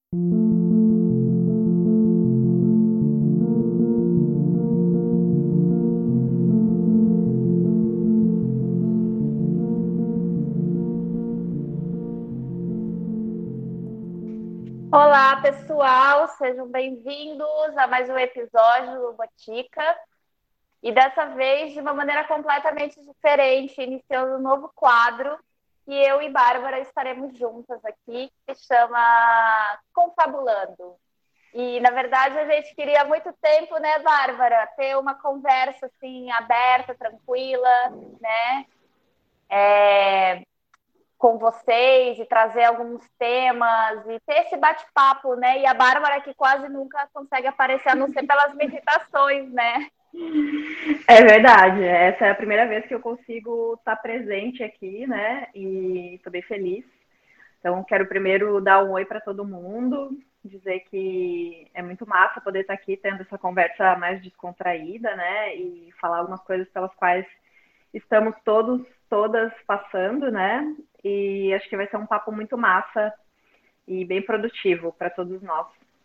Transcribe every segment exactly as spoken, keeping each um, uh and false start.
Olá, pessoal, sejam bem-vindos a mais um episódio do Botica. E dessa vez, de uma maneira completamente diferente, iniciando um novo quadro que eu e Bárbara estaremos juntas aqui, que se chama Confabulando. E, na verdade, a gente queria há muito tempo, né, Bárbara, ter uma conversa assim, aberta, tranquila, né? É, com vocês e trazer alguns temas e ter esse bate-papo, né? E a Bárbara que quase nunca consegue aparecer, a não ser pelas meditações, né? É verdade, essa é a primeira vez que eu consigo estar presente aqui, né? E estou bem feliz. Então, quero primeiro dar um oi para todo mundo, dizer que é muito massa poder estar aqui tendo essa conversa mais descontraída, né? E falar algumas coisas pelas quais estamos todos, todas passando, né? E acho que vai ser um papo muito massa e bem produtivo para todos nós.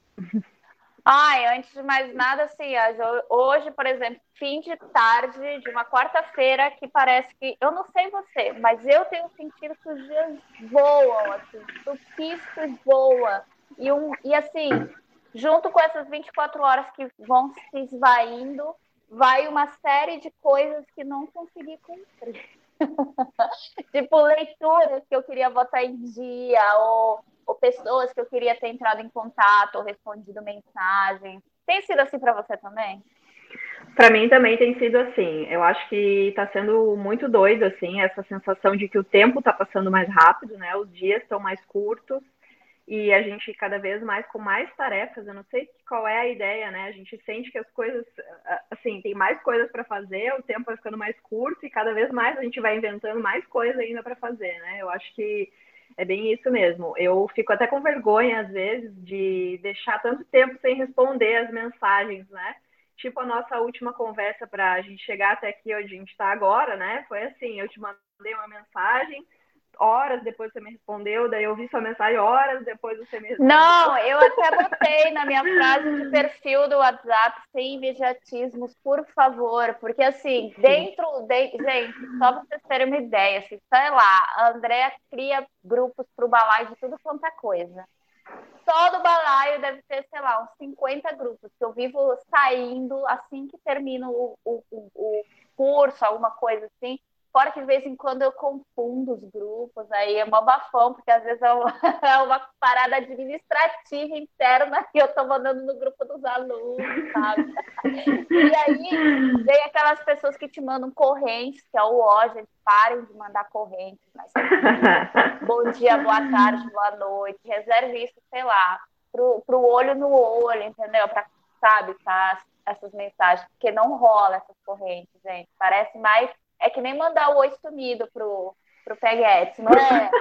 Ai, antes de mais nada, assim, hoje, por exemplo, fim de tarde de uma quarta-feira que parece que, eu não sei você, mas eu tenho sentido que os dias voam, assim, o pisco voa. E, um, e assim, junto com essas vinte e quatro horas que vão se esvaindo, vai uma série de coisas que não consegui cumprir. Tipo, leituras que eu queria botar em dia, ou, ou pessoas que eu queria ter entrado em contato, ou respondido mensagens. Tem sido assim para você também? Para mim também tem sido assim. Eu acho que está sendo muito doido assim essa sensação de que o tempo está passando mais rápido, né? Os dias estão mais curtos e a gente cada vez mais com mais tarefas. Eu não sei qual é a ideia, né? A gente sente que as coisas, assim, tem mais coisas para fazer, o tempo vai ficando mais curto e cada vez mais a gente vai inventando mais coisa ainda para fazer, né? Eu acho que é bem isso mesmo. Eu fico até com vergonha às vezes de deixar tanto tempo sem responder as mensagens, né? Tipo a nossa última conversa para a gente chegar até aqui onde a gente está agora, né? Foi assim, eu te mandei uma mensagem, horas depois você me respondeu, daí eu vi sua mensagem, horas depois você me respondeu. Não, eu até botei na minha frase de perfil do WhatsApp sem imediatismos, por favor, porque assim, Sim. dentro de, gente, só para vocês terem uma ideia, assim, sei lá, a Andrea cria grupos para o balaio de tudo quanto é coisa. Todo balaio deve ter, sei lá, uns cinquenta grupos, que eu vivo saindo assim que termino o, o, o, o curso, alguma coisa assim. Fora que de vez em quando eu confundo os grupos, aí é mó bafão, porque às vezes é uma, é uma parada administrativa interna que eu tô mandando no grupo dos alunos, sabe? E aí vem aquelas pessoas que te mandam correntes, que é o ó, gente, parem de mandar correntes, mas bom dia, boa tarde, boa noite, reserve isso, sei lá, pro, pro olho no olho, entendeu? Para, sabe, tá, essas mensagens, porque não rola essas correntes, gente. Parece mais, é que nem mandar o oi sumido pro, pro Peguete, não é?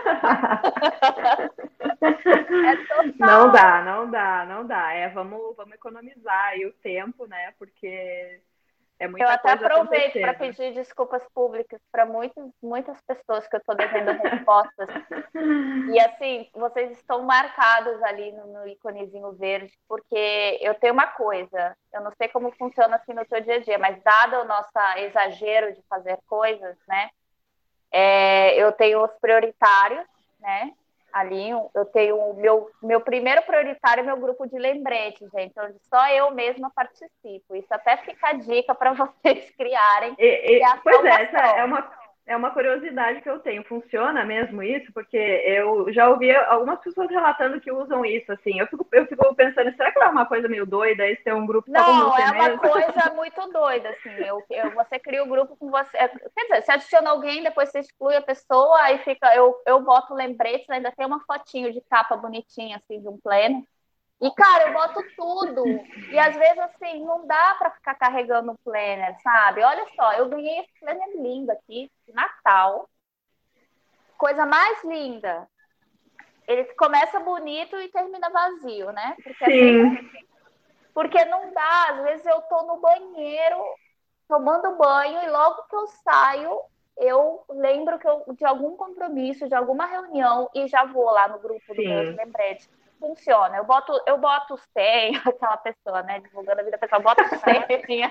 É Não total. dá, não dá, não dá. É, vamos, vamos economizar aí o tempo, né? Porque é Eu muita até coisa aproveito para acontecendo. pedir desculpas públicas para muitas, muitas pessoas que eu estou devendo respostas. E assim, vocês estão marcados ali no, no íconezinho verde, porque eu tenho uma coisa, eu não sei como funciona assim no teu dia a dia, mas dado o nosso exagero de fazer coisas, né? É, eu tenho os prioritários, né? Ali, eu tenho o meu, meu primeiro prioritário é meu grupo de lembretes, gente, onde só eu mesma participo. Isso até fica a dica para vocês criarem, E, que é e, a pois é, essa é salvação. uma, é uma curiosidade que eu tenho. Funciona mesmo isso? Porque eu já ouvi algumas pessoas relatando que usam isso, assim. Eu fico, eu fico pensando, será que não é uma coisa meio doida esse ter um grupo só com Não, você é uma mesmo? coisa muito doida, assim. Eu, eu, você cria o grupo com você. é, Quer dizer, você adiciona alguém, depois você exclui a pessoa, aí fica. Eu, eu boto lembretes, ainda tem uma fotinho de capa bonitinha, assim, de um pleno. E, cara, eu boto tudo. E às vezes, assim, não dá para ficar carregando o planner, sabe? Olha só, eu ganhei esse planner lindo aqui, de Natal. Coisa mais linda. Ele começa bonito e termina vazio, né? Porque é sempre Sim, assim. Porque não dá, às vezes eu tô no banheiro tomando banho e logo que eu saio, eu lembro que eu, de algum compromisso, de alguma reunião e já vou lá no grupo do meus sim. lembretes. funciona. Eu boto, eu boto cem, aquela pessoa, né, divulgando a vida pessoal, boto cem,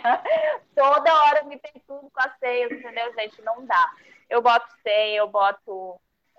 toda hora me tem tudo com as senhas, entendeu, gente? Não dá. Eu boto cem, eu boto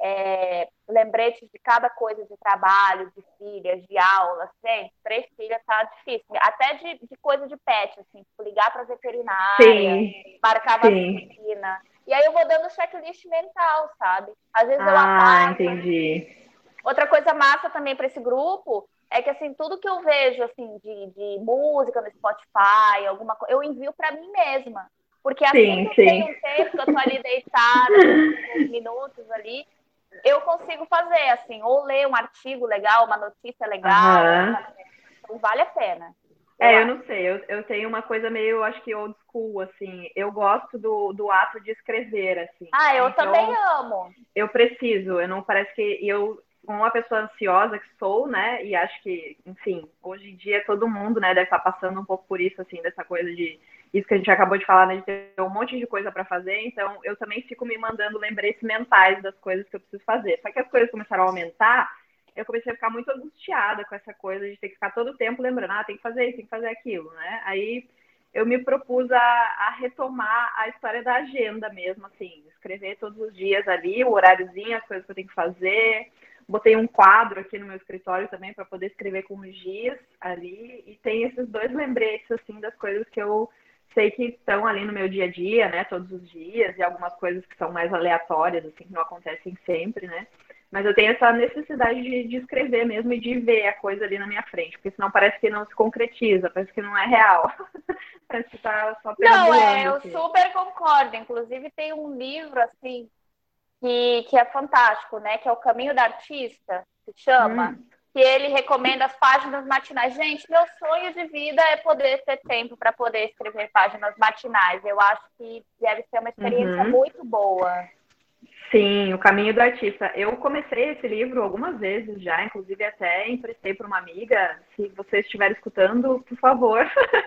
é, lembretes de cada coisa de trabalho, de filhas, de aulas. Gente, três filhas tá difícil. Até de, de coisa de pet, assim, tipo, ligar para veterinária, Sim, marcar sim. vacina. E aí eu vou dando checklist mental, sabe? Às vezes eu Ah, apago. entendi. Outra coisa massa também para esse grupo é que, assim, tudo que eu vejo, assim, de, de música no Spotify, alguma coisa, eu envio para mim mesma. Porque assim que Sim, eu sim. tenho um tempo, que eu tô ali deitada, que eu tenho uns minutos ali, eu consigo fazer, assim, ou ler um artigo legal, uma notícia legal, Aham. então vale a pena, eu É, eu acho. não sei, eu, eu tenho uma coisa meio, acho que old school, assim, eu gosto do, do ato de escrever, assim, Ah, né? eu também Então, amo. eu preciso, eu não parece que eu, como uma pessoa ansiosa que sou, né, e acho que, enfim, hoje em dia todo mundo, né, deve estar passando um pouco por isso, assim, dessa coisa de, isso que a gente acabou de falar, né, de ter um monte de coisa para fazer, então eu também fico me mandando lembretes mentais das coisas que eu preciso fazer. Só que as coisas começaram a aumentar, eu comecei a ficar muito angustiada com essa coisa de ter que ficar todo o tempo lembrando, ah, tem que fazer isso, tem que fazer aquilo, né? Aí eu me propus a, a retomar a história da agenda mesmo, assim, escrever todos os dias ali, o horáriozinho, as coisas que eu tenho que fazer. Botei um quadro aqui no meu escritório também para poder escrever com os dias ali, e tem esses dois lembretes, assim, das coisas que eu sei que estão ali no meu dia a dia, né, todos os dias, e algumas coisas que são mais aleatórias, assim, que não acontecem sempre, né? Mas eu tenho essa necessidade de, de escrever mesmo e de ver a coisa ali na minha frente, porque senão parece que não se concretiza, parece que não é real. Parece que tá só Não, é, perambulando, eu assim. super concordo. Inclusive tem um livro, assim, que, que é fantástico, né? Que é O Caminho da Artista, que chama, Hum, que ele recomenda as páginas matinais. Gente, meu sonho de vida é poder ter tempo para poder escrever páginas matinais. Eu acho que deve ser uma experiência uhum. muito boa. Sim, O Caminho do Artista. Eu comecei esse livro algumas vezes já, inclusive até emprestei para uma amiga. Se você estiver escutando, por favor,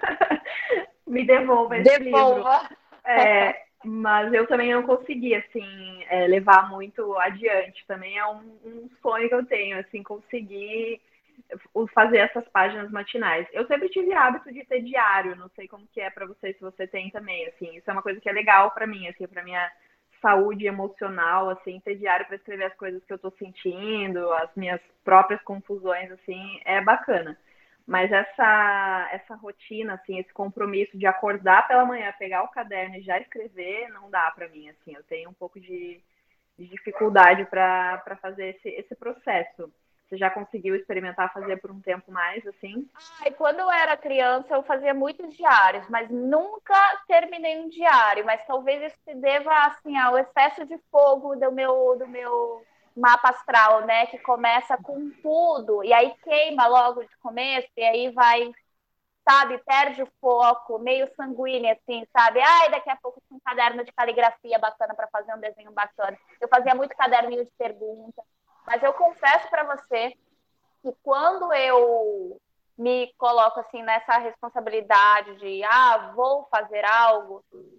me devolva esse livro. Devolva. É, mas eu também não consegui, assim, é, levar muito adiante. Também é um, um sonho que eu tenho, assim, conseguir fazer essas páginas matinais. Eu sempre tive hábito de ter diário, não sei como que é para você, se você tem também, assim. Isso é uma coisa que é legal para mim, assim, para minha saúde emocional, assim, ter diário para escrever as coisas que eu tô sentindo, as minhas próprias confusões, assim, é bacana. Mas essa, essa rotina, assim, esse compromisso de acordar pela manhã, pegar o caderno e já escrever, não dá para mim, assim. Eu tenho um pouco de, de dificuldade para fazer esse, esse processo. Você já conseguiu experimentar fazer por um tempo mais, assim? Ai, quando eu era criança, eu fazia muitos diários, mas nunca terminei um diário. Mas talvez isso se deva assim, ao excesso de fogo do meu, do meu mapa astral, né? Que começa com tudo, e aí queima logo de começo, e aí vai, sabe, perde o foco, meio sanguíneo, assim, sabe? Ai, daqui a pouco tem um caderno de caligrafia bacana para fazer um desenho bacana. Eu fazia muito caderninho de perguntas, mas eu confesso para você que quando eu me coloco assim nessa responsabilidade de ah, vou fazer algo,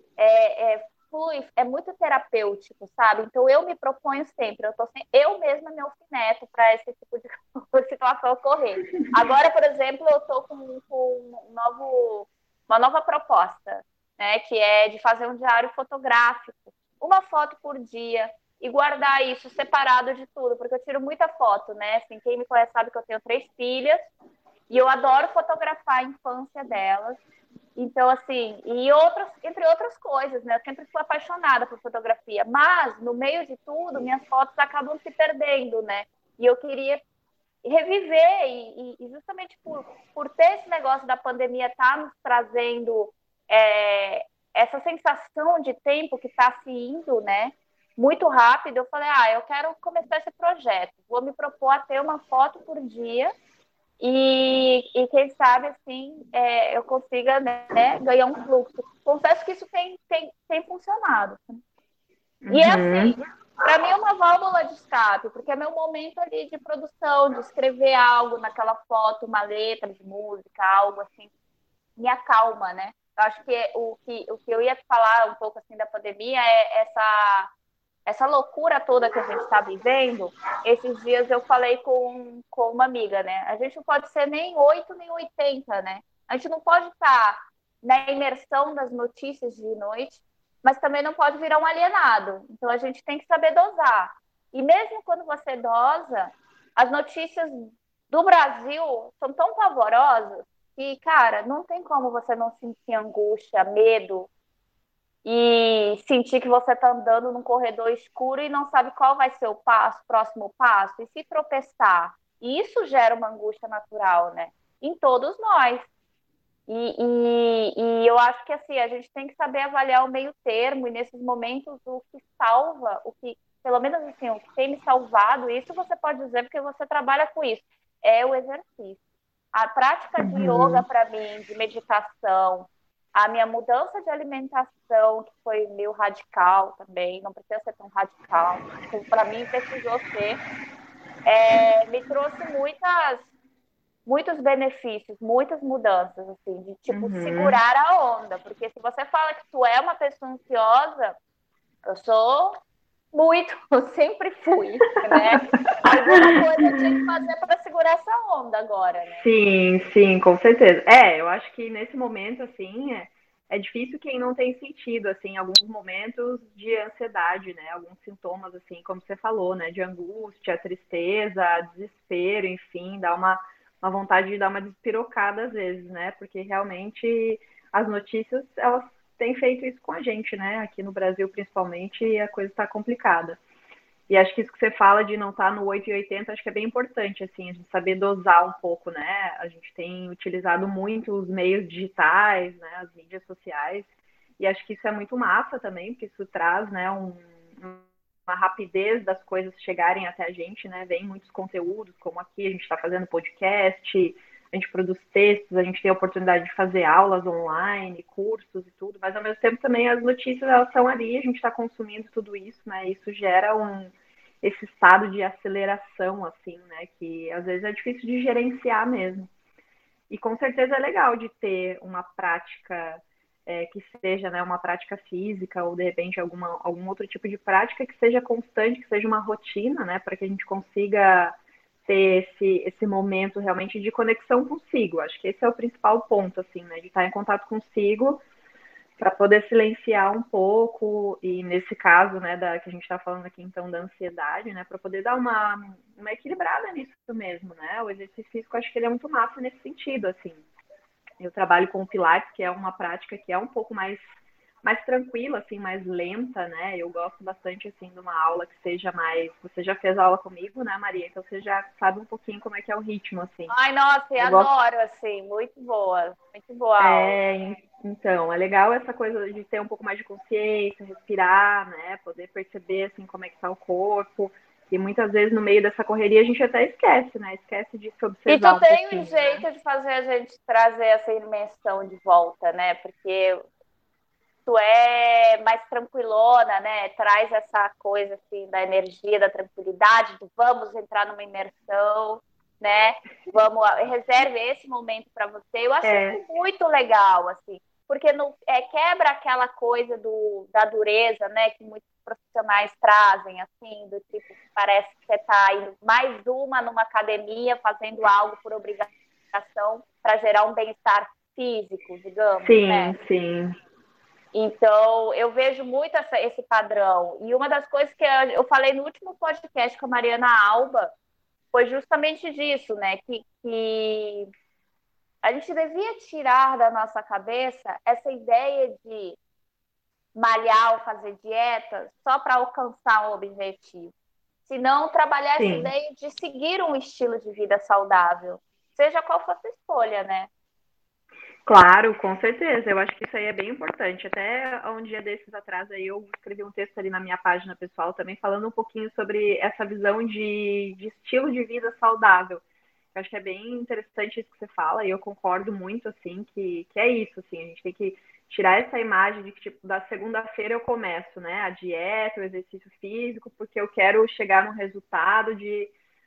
é, é, flui, é muito terapêutico, sabe? Então eu me proponho sempre, eu tô sem, eu mesma me alfineto para esse tipo de situação ocorrer. Agora, por exemplo, eu estou com, com um novo, uma nova proposta, né? Que é de fazer um diário fotográfico, uma foto por dia, e guardar isso separado de tudo, porque eu tiro muita foto, né? Assim, quem me conhece sabe que eu tenho três filhas e eu adoro fotografar a infância delas. Então, assim, e outras, entre outras coisas, né? Eu sempre fui apaixonada por fotografia, mas no meio de tudo, minhas fotos acabam se perdendo, né? E eu queria reviver, e, e justamente por, por ter esse negócio da pandemia tá nos trazendo é, essa sensação de tempo que está se indo, né? Muito rápido, eu falei, ah, eu quero começar esse projeto, vou me propor a ter uma foto por dia e, e quem sabe, assim, é, eu consiga, né, ganhar um fluxo. Confesso que isso tem, tem, tem funcionado. E é Uhum. assim, para mim é uma válvula de escape, porque é meu momento ali de produção, de escrever algo naquela foto, uma letra de música, algo assim, me acalma, né? Eu acho que o que, o que eu ia falar um pouco assim da pandemia é essa essa loucura toda que a gente está vivendo, esses dias eu falei com, com uma amiga, né? A gente não pode ser nem oito nem oitenta, né? A gente não pode estar na imersão das notícias de noite, mas também não pode virar um alienado. Então a gente tem que saber dosar. E mesmo quando você dosa, as notícias do Brasil são tão pavorosas que, cara, não tem como você não sentir angústia, medo, e sentir que você está andando num corredor escuro e não sabe qual vai ser o passo, próximo passo, e se tropeçar. E isso gera uma angústia natural, né? Em todos nós. E, e, e eu acho que assim, a gente tem que saber avaliar o meio termo, e nesses momentos o que salva, o que, pelo menos assim, o que tem me salvado, isso você pode dizer porque você trabalha com isso, é o exercício. A prática de yoga Uhum. para mim, de meditação, a minha mudança de alimentação, que foi meio radical também, não precisa ser tão radical, como para mim precisou ser, é, me trouxe muitas, muitos benefícios, muitas mudanças, assim, de tipo Uhum. segurar a onda, porque se você fala que tu é uma pessoa ansiosa, eu sou muito, eu sempre fui, né? Alguma coisa eu tinha que fazer para segurar essa onda agora, né? Sim, sim, com certeza. É, eu acho que nesse momento, assim, é, é difícil quem não tem sentido, assim, alguns momentos de ansiedade, né? Alguns sintomas, assim, como você falou, né? De angústia, tristeza, desespero, enfim, dá uma, uma vontade de dar uma despirocada às vezes, né? Porque realmente as notícias, elas têm feito isso com a gente, né? Aqui no Brasil, principalmente, a coisa está complicada. E acho que isso que você fala de não estar no oito e oitenta, acho que é bem importante, assim, a gente saber dosar um pouco, né? A gente tem utilizado muito os meios digitais, né? As mídias sociais, e acho que isso é muito massa também, porque isso traz, né, um, uma rapidez das coisas chegarem até a gente, né? Vem muitos conteúdos, como aqui a gente está fazendo podcast, a gente produz textos, a gente tem a oportunidade de fazer aulas online, cursos e tudo, mas ao mesmo tempo também as notícias elas estão ali, a gente está consumindo tudo isso, né? Isso gera um esse estado de aceleração, assim, né? Que às vezes é difícil de gerenciar mesmo. E com certeza é legal de ter uma prática é, que seja, né, uma prática física ou de repente alguma, algum outro tipo de prática que seja constante, que seja uma rotina, né, para que a gente consiga ter esse, esse momento realmente de conexão consigo. Acho que esse é o principal ponto, assim, né, de estar em contato consigo para poder silenciar um pouco e nesse caso, né, da que a gente está falando aqui então da ansiedade, né, para poder dar uma, uma equilibrada nisso mesmo, né? O exercício físico acho que ele é muito massa nesse sentido, assim. Eu trabalho com o Pilates, que é uma prática que é um pouco mais mais tranquila, assim, mais lenta, né? Eu gosto bastante, assim, de uma aula que seja mais... Você já fez aula comigo, né, Maria? Então você já sabe um pouquinho como é que é o ritmo, assim. Ai, nossa, eu Eu gosto adoro, assim, muito boa, muito boa a aula. É, então, é legal essa coisa de ter um pouco mais de consciência, respirar, né? Poder perceber assim como é que tá o corpo. E muitas vezes no meio dessa correria a gente até esquece, né? Esquece de se E tu observar um tem um pouquinho, né? jeito de fazer a gente trazer essa imersão de volta, né? Porque tu é mais tranquilona, né? Traz essa coisa assim da energia, da tranquilidade, do vamos entrar numa imersão, né? Vamos, reserve esse momento para você. Eu acho É, isso muito legal, assim, porque no, é, quebra aquela coisa do, da dureza, né? Que muitos profissionais trazem, assim, do tipo, parece que você está indo mais uma numa academia, fazendo algo por obrigação para gerar um bem-estar físico, digamos, né? sim, sim. Então, eu vejo muito essa, esse padrão. E uma das coisas que eu falei no último podcast com a Mariana Alba foi justamente disso, né? Que, que a gente devia tirar da nossa cabeça essa ideia de malhar ou fazer dieta só para alcançar um objetivo. Se não, trabalhar essa Sim. ideia de seguir um estilo de vida saudável, seja qual for a sua escolha, né? Claro, com certeza. Eu acho que isso aí é bem importante. Até há um dia desses atrás aí eu escrevi um texto ali na minha página pessoal também falando um pouquinho sobre essa visão de, de estilo de vida saudável. Eu acho que é bem interessante isso que você fala e eu concordo muito assim que, que é isso, assim, a gente tem que tirar essa imagem de que tipo da segunda-feira eu começo, né, a dieta, o exercício físico, porque eu quero chegar no resultado de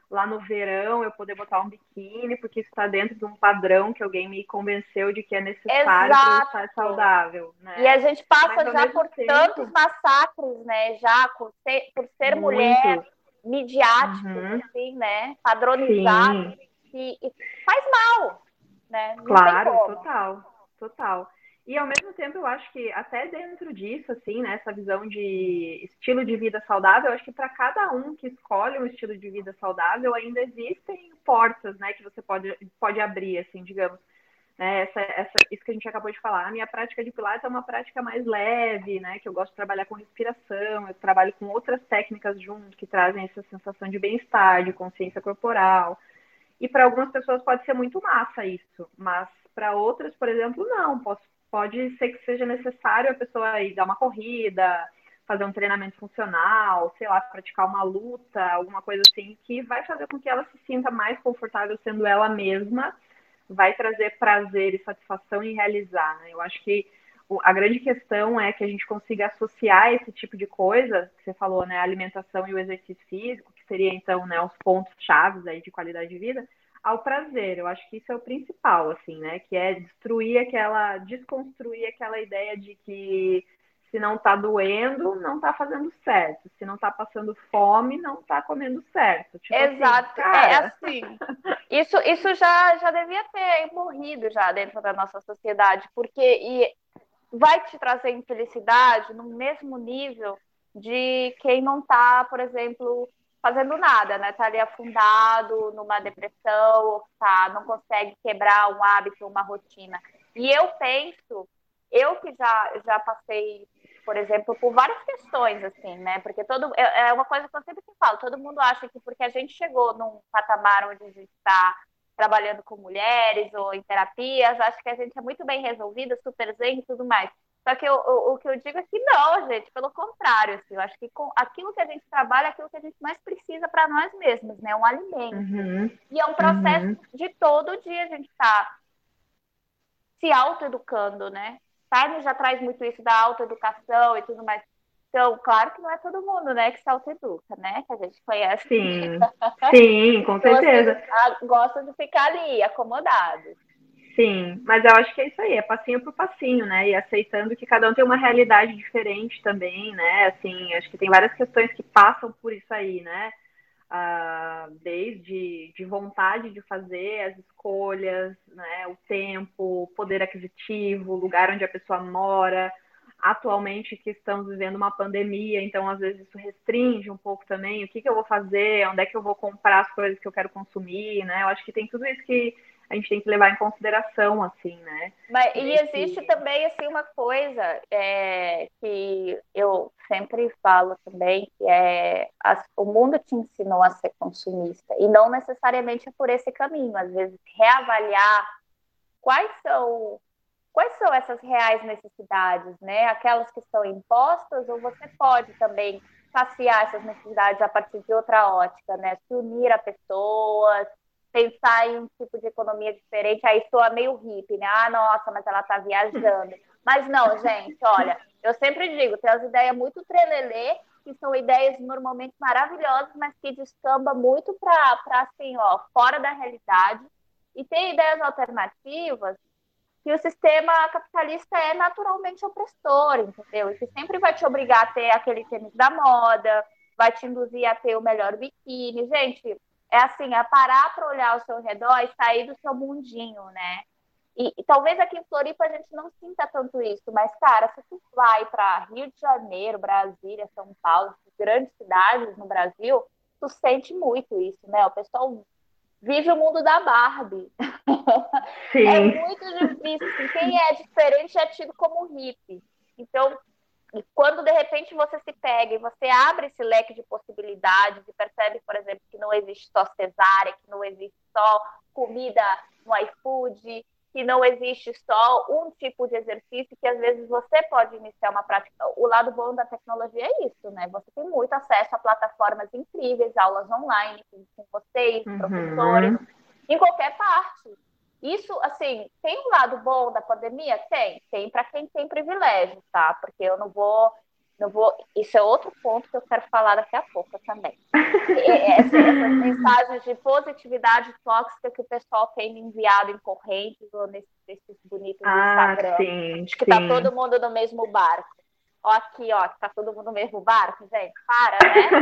lá no verão eu poder botar um biquíni, porque isso está dentro de um padrão que alguém me convenceu de que é necessário para eu estar Exato. saudável, E né? a gente Mas passa ao já mesmo por tantos tempo, massacres, né? Já por ser, por ser mulher, muitos. midiáticos, Uhum, assim, né? Padronizados, sim, e, e faz mal, né? Não tem claro, como. total, total. E ao mesmo tempo eu acho que até dentro disso, assim, né, essa visão de estilo de vida saudável, eu acho que para cada um que escolhe um estilo de vida saudável, ainda existem portas, né, que você pode, pode abrir, assim, digamos. Né, essa, essa, isso que a gente acabou de falar. A minha prática de Pilates é uma prática mais leve, né, que eu gosto de trabalhar com respiração, eu trabalho com outras técnicas junto que trazem essa sensação de bem-estar, de consciência corporal. E para algumas pessoas pode ser muito massa isso, mas para outras, por exemplo, não. Posso, pode ser que seja necessário a pessoa ir dar uma corrida, fazer um treinamento funcional, sei lá, praticar uma luta, alguma coisa assim, que vai fazer com que ela se sinta mais confortável sendo ela mesma, vai trazer prazer e satisfação em realizar, né? Eu acho que a grande questão é que a gente consiga associar esse tipo de coisa, que você falou, né, a alimentação e o exercício físico, que seria então, né, os pontos chaves aí de qualidade de vida, ao prazer. Eu acho que isso é o principal, assim, né, que é destruir aquela, desconstruir aquela ideia de que se não tá doendo, não tá fazendo certo. Se não tá passando fome, não tá comendo certo. Tipo assim, Exato. É cara. assim. Isso, isso já, já devia ter morrido já dentro da nossa sociedade, porque e vai te trazer infelicidade no mesmo nível de quem não está, por exemplo, fazendo nada, né? Está ali afundado numa depressão, ou tá, não consegue quebrar um hábito, uma rotina. E eu penso, eu que já, já passei, por exemplo, por várias questões, assim, né? Porque todo, é é uma coisa que eu sempre falo, todo mundo acha que porque a gente chegou num patamar onde a gente está trabalhando com mulheres ou em terapias, acho que a gente é muito bem resolvida, super zen e tudo mais. Só que eu, o, o que eu digo é que não, gente, pelo contrário, assim, eu acho que com aquilo que a gente trabalha é aquilo que a gente mais precisa para nós mesmos, né? Um alimento. Uhum, E é um processo uhum. de todo dia a gente estar tá se autoeducando, né? Carne já traz muito isso da autoeducação e tudo mais. Então, claro que não é todo mundo, né, que se autoeduca, né? Que a gente conhece Sim, sim, com pessoas que certeza. ah, gostam de ficar ali, acomodadas. Sim, mas eu acho que é isso aí, é passinho por passinho, né? E aceitando que cada um tem uma realidade diferente também, né? Assim, acho que tem várias questões que passam por isso aí, né? Ah, desde de vontade de fazer as escolhas, né? O tempo, o poder aquisitivo, o lugar onde a pessoa mora. Atualmente que estamos vivendo uma pandemia, então às vezes isso restringe um pouco também o que, que eu vou fazer, onde é que eu vou comprar as coisas que eu quero consumir, né? Eu acho que tem tudo isso que a gente tem que levar em consideração, assim, né? Mas, e existe Nesse. também assim uma coisa é, que eu sempre falo também, que é as, o mundo te ensinou a ser consumista, e não necessariamente é por esse caminho. Às vezes, reavaliar quais são, quais são essas reais necessidades, né? Aquelas que são impostas, ou você pode também saciar essas necessidades a partir de outra ótica, né? Se unir a pessoas, pensar em um tipo de economia diferente, aí soa meio hippie, né? Ah, nossa, mas ela está viajando. Mas não, gente, olha, eu sempre digo, tem as ideias muito trelelê, que são ideias normalmente maravilhosas, mas que descamba muito para, assim, ó, fora da realidade. E tem ideias alternativas que o sistema capitalista é naturalmente opressor, entendeu? E que sempre vai te obrigar a ter aquele tênis da moda, vai te induzir a ter o melhor biquíni. Gente, é assim, é parar para olhar ao seu redor e sair do seu mundinho, né? E, e talvez aqui em Floripa a gente não sinta tanto isso, mas, cara, se tu vai para Rio de Janeiro, Brasília, São Paulo, grandes cidades no Brasil, tu sente muito isso, né? O pessoal vive o mundo da Barbie. É Sim. muito difícil. Assim, quem é diferente é tido como hippie. Então, e quando de repente você se pega e você abre esse leque de possibilidades e percebe, por exemplo, que não existe só cesárea, que não existe só comida no iFood, que não existe só um tipo de exercício, que às vezes você pode iniciar uma prática. O lado bom da tecnologia é isso, né? Você tem muito acesso a plataformas incríveis, aulas online com, com vocês, professores, Uhum. em qualquer parte. Isso, assim, tem um lado bom da pandemia? Tem. Tem para quem tem privilégio, tá? Porque eu não vou não vou, isso é outro ponto que eu quero falar daqui a pouco também. Essa, essas mensagens de positividade tóxica que o pessoal tem me enviado em correntes ou nesses textos bonitos do Ah, Instagram. sim, Acho que tá sim. todo mundo no mesmo barco. Ó, aqui, ó, que tá todo mundo no mesmo barco, gente. Para, né?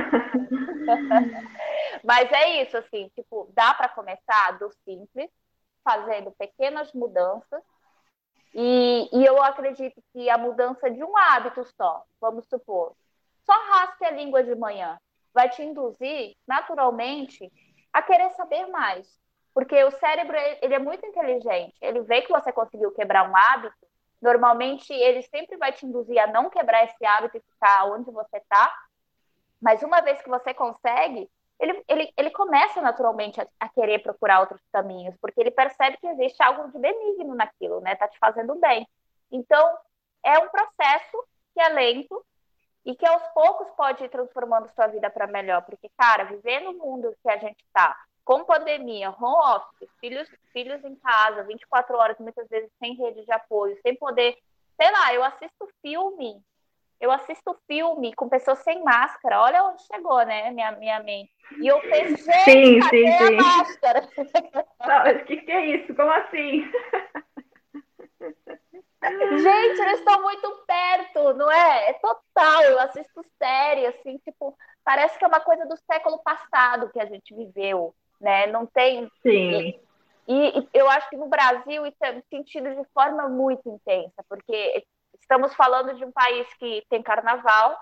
Mas é isso, assim, tipo, dá para começar do simples, fazendo pequenas mudanças. E, e eu acredito que a mudança de um hábito só, vamos supor, só rasgue a língua de manhã, vai te induzir naturalmente a querer saber mais. Porque o cérebro, ele é muito inteligente. Ele vê que você conseguiu quebrar um hábito, normalmente ele sempre vai te induzir a não quebrar esse hábito e ficar onde você está, mas uma vez que você consegue, ele, ele, ele começa naturalmente a, a querer procurar outros caminhos, porque ele percebe que existe algo de benigno naquilo, né? Tá te fazendo bem. Então, é um processo que é lento e que aos poucos pode ir transformando sua vida para melhor. Porque, cara, viver no mundo que a gente está, com pandemia, home office, filhos, filhos em casa, vinte e quatro horas, muitas vezes sem rede de apoio, sem poder. Sei lá, eu assisto filme eu assisto filme com pessoas sem máscara. Olha onde chegou, né, minha, minha mente. E eu penso, gente, Sim, cadê sim, a sim. máscara? O que, que é isso? Como assim? Gente, eles estão muito perto, não é? É total. Eu assisto série, assim, tipo, parece que é uma coisa do século passado que a gente viveu, né? Não tem. E, Sim, e eu acho que no Brasil isso é sentido de forma muito intensa, porque estamos falando de um país que tem carnaval,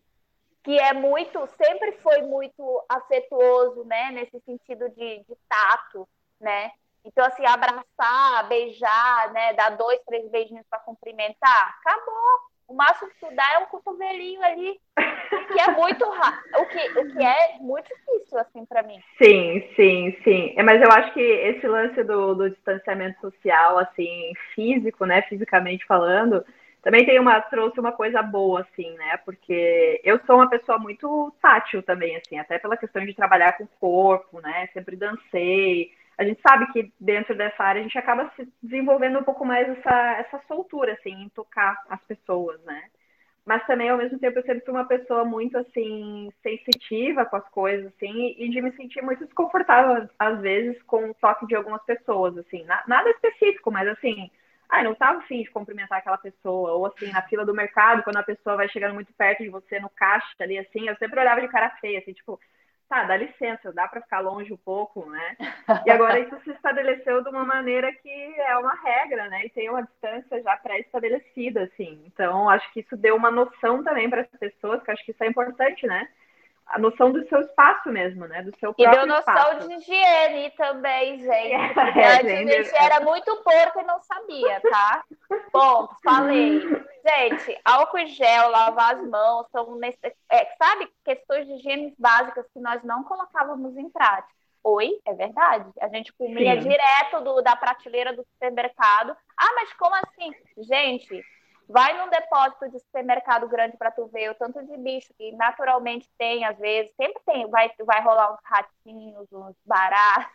que é muito, sempre foi muito afetuoso, né, nesse sentido de, de tato, né? Então, assim, abraçar, beijar, né, dar dois, três beijinhos para cumprimentar, acabou. O máximo que tu dá é um cotovelinho ali, o que é muito ra- o que, o que é muito difícil, assim, para mim. sim, sim, sim. É, mas eu acho que esse lance do, do distanciamento social, assim, físico, né, fisicamente falando, também tem uma, trouxe uma coisa boa, assim, né, porque eu sou uma pessoa muito tátil também, assim, até pela questão de trabalhar com o corpo, né, sempre dancei. A gente sabe que dentro dessa área a gente acaba se desenvolvendo um pouco mais essa, essa soltura, assim, em tocar as pessoas, né. Mas também, ao mesmo tempo, eu sempre fui uma pessoa muito, assim, sensitiva com as coisas, assim, e de me sentir muito desconfortável, às vezes, com o toque de algumas pessoas, assim. Na, nada específico, mas, assim, ah, não tava afim de cumprimentar aquela pessoa. Ou, assim, na fila do mercado, quando a pessoa vai chegando muito perto de você, no caixa ali, assim, eu sempre olhava de cara feia, assim, tipo, tá, dá licença, dá para ficar longe um pouco, né? E agora isso se estabeleceu de uma maneira que é uma regra, né? E tem uma distância já pré-estabelecida, assim. Então, acho que isso deu uma noção também para as pessoas, que acho que isso é importante, né? A noção do seu espaço mesmo, né? Do seu E deu próprio noção espaço. de higiene também, gente, porque É, antes a gente, gente é, era muito porco e não sabia, tá? Bom, falei. Gente, álcool em gel, lavar as mãos, são, nesse, é, sabe, questões de higiene básicas que nós não colocávamos em prática. Oi, é verdade. A gente comia sim, direto do, da prateleira do supermercado. Ah, mas como assim? Gente, vai num depósito de supermercado grande para tu ver o tanto de bicho que naturalmente tem, às vezes, sempre tem, vai, vai rolar uns ratinhos, uns baratos.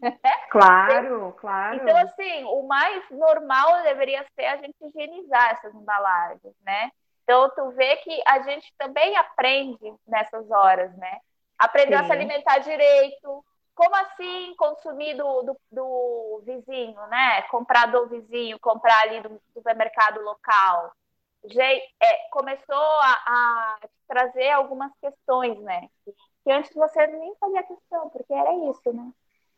claro, Então, claro. assim, o mais normal deveria ser a gente higienizar essas embalagens, né? Então, tu vê que a gente também aprende nessas horas, né? Aprendeu a se Sim, alimentar direito. Como assim consumir do, do, do vizinho, né? Comprar do vizinho, comprar ali do supermercado local. Gente, é, começou a, a trazer algumas questões, né? Que antes você nem fazia questão, porque era isso, né?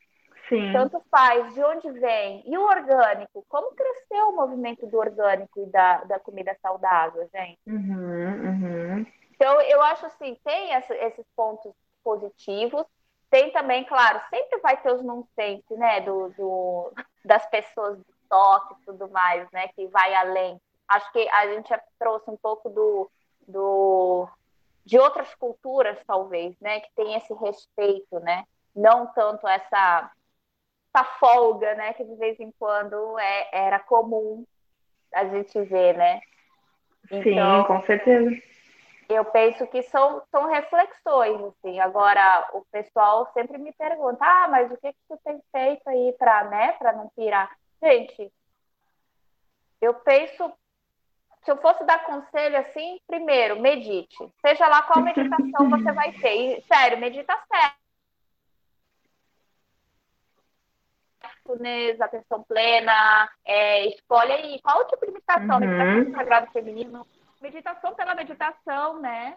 sim. Tanto faz, de onde vem? E o orgânico? Como cresceu o movimento do orgânico e da, da comida saudável, gente? Uhum, uhum. Então, eu acho assim, tem essa, esses pontos positivos, tem também, claro, sempre vai ter os nonsense, né, do, do, das pessoas do toque e tudo mais, né, que vai além. Acho que a gente já trouxe um pouco do, do, de outras culturas, talvez, né, que tem esse respeito, né, não tanto essa essa folga, né, que de vez em quando é, era comum a gente ver, né? Sim, Então, com certeza. eu penso que são, são reflexões, assim. Agora, o pessoal sempre me pergunta, ah, mas o que que tu tem feito aí para, né, para não pirar? Gente, eu penso se eu fosse dar conselho assim, primeiro, medite. Seja lá qual meditação você vai ter. E, sério, medita certo. Mindfulness, atenção plena, é, escolhe aí qual o tipo de meditação, meditação do Uhum. sagrado feminino, meditação pela meditação, né?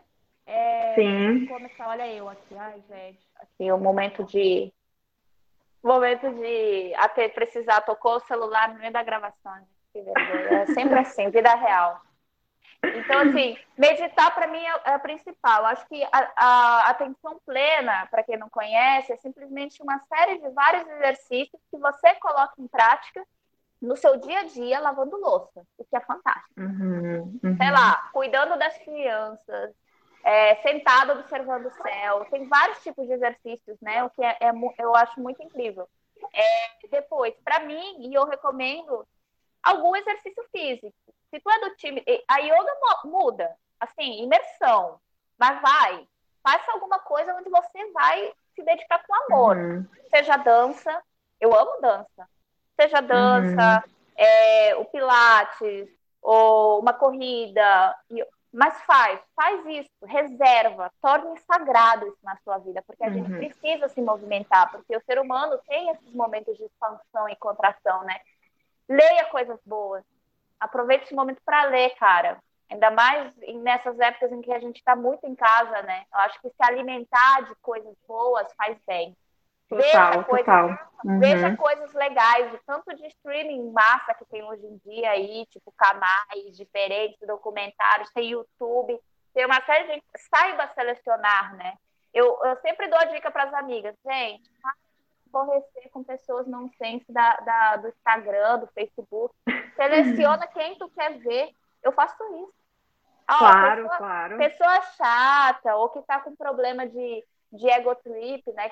É, Sim. começar, olha eu aqui, ai gente, aqui o momento de momento de até precisar, tocou o celular no meio da gravação, gente, que vergonha, é sempre assim, vida real. Então, assim, meditar para mim é, é a principal. Acho que a, a atenção plena, para quem não conhece, é simplesmente uma série de vários exercícios que você coloca em prática no seu dia a dia lavando louça, o que é fantástico. Uhum. Sei Uhum. lá, cuidando das crianças, é, sentado observando o céu. Tem vários tipos de exercícios, né? O que é, é eu acho muito incrível. É, depois, para mim, e eu recomendo algum exercício físico. Se tu é do time, a yoga muda, assim, imersão, mas vai, faça alguma coisa onde você vai se dedicar com amor. Uhum. Seja dança, eu amo dança. Seja Uhum. dança, é, o pilates, ou uma corrida, mas faz, faz isso, reserva, torne sagrado isso na sua vida, porque a gente Uhum. precisa se movimentar, porque o ser humano tem esses momentos de expansão e contração, né? Leia coisas boas. Aproveite esse momento para ler, cara. Ainda mais nessas épocas em que a gente está muito em casa, né? Eu acho que se alimentar de coisas boas faz bem. Veja Total, coisas, total. veja Uhum. coisas legais, tanto de streaming massa que tem hoje em dia aí, tipo canais diferentes, documentários, tem YouTube, tem uma série de... Saiba selecionar, né? Eu, eu sempre dou a dica para as amigas, gente, aborrecer com pessoas nonsense da, da, do Instagram, do Facebook. Seleciona quem tu quer ver. Eu faço isso. Ó, Claro, pessoa, claro. pessoa chata ou que tá com problema de, de ego trip, né?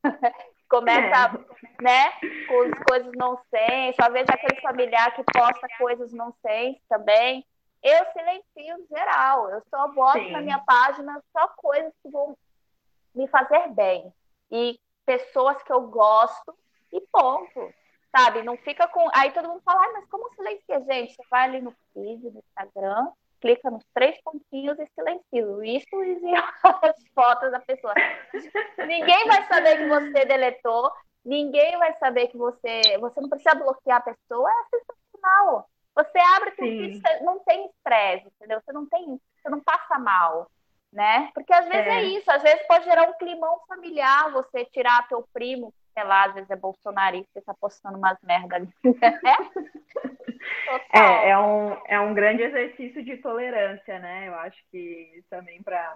É. Começa, né, com as coisas nonsense. Às vezes aquele familiar que posta coisas nonsense também. Eu silencio geral. Eu só boto na minha Sim. página só coisas que vão me fazer bem. E pessoas que eu gosto e ponto. Sabe? Não fica com. Aí todo mundo fala, ah, mas como silencia, gente? Você vai ali no feed, no Instagram, clica nos três pontinhos e silencia. Isso e as fotos da pessoa. Ninguém vai saber que você deletou, ninguém vai saber que você. Você não precisa bloquear a pessoa, é sensacional. Você abre teu feed, Sim. você não tem estresse, entendeu? Você não tem, você não passa mal, né? Porque às vezes é É. isso, às vezes pode gerar um climão familiar, você tirar teu primo, sei lá, às vezes é bolsonarista e tá postando umas merda ali. É, Total. é um, é um grande exercício de tolerância, né? Eu acho que também para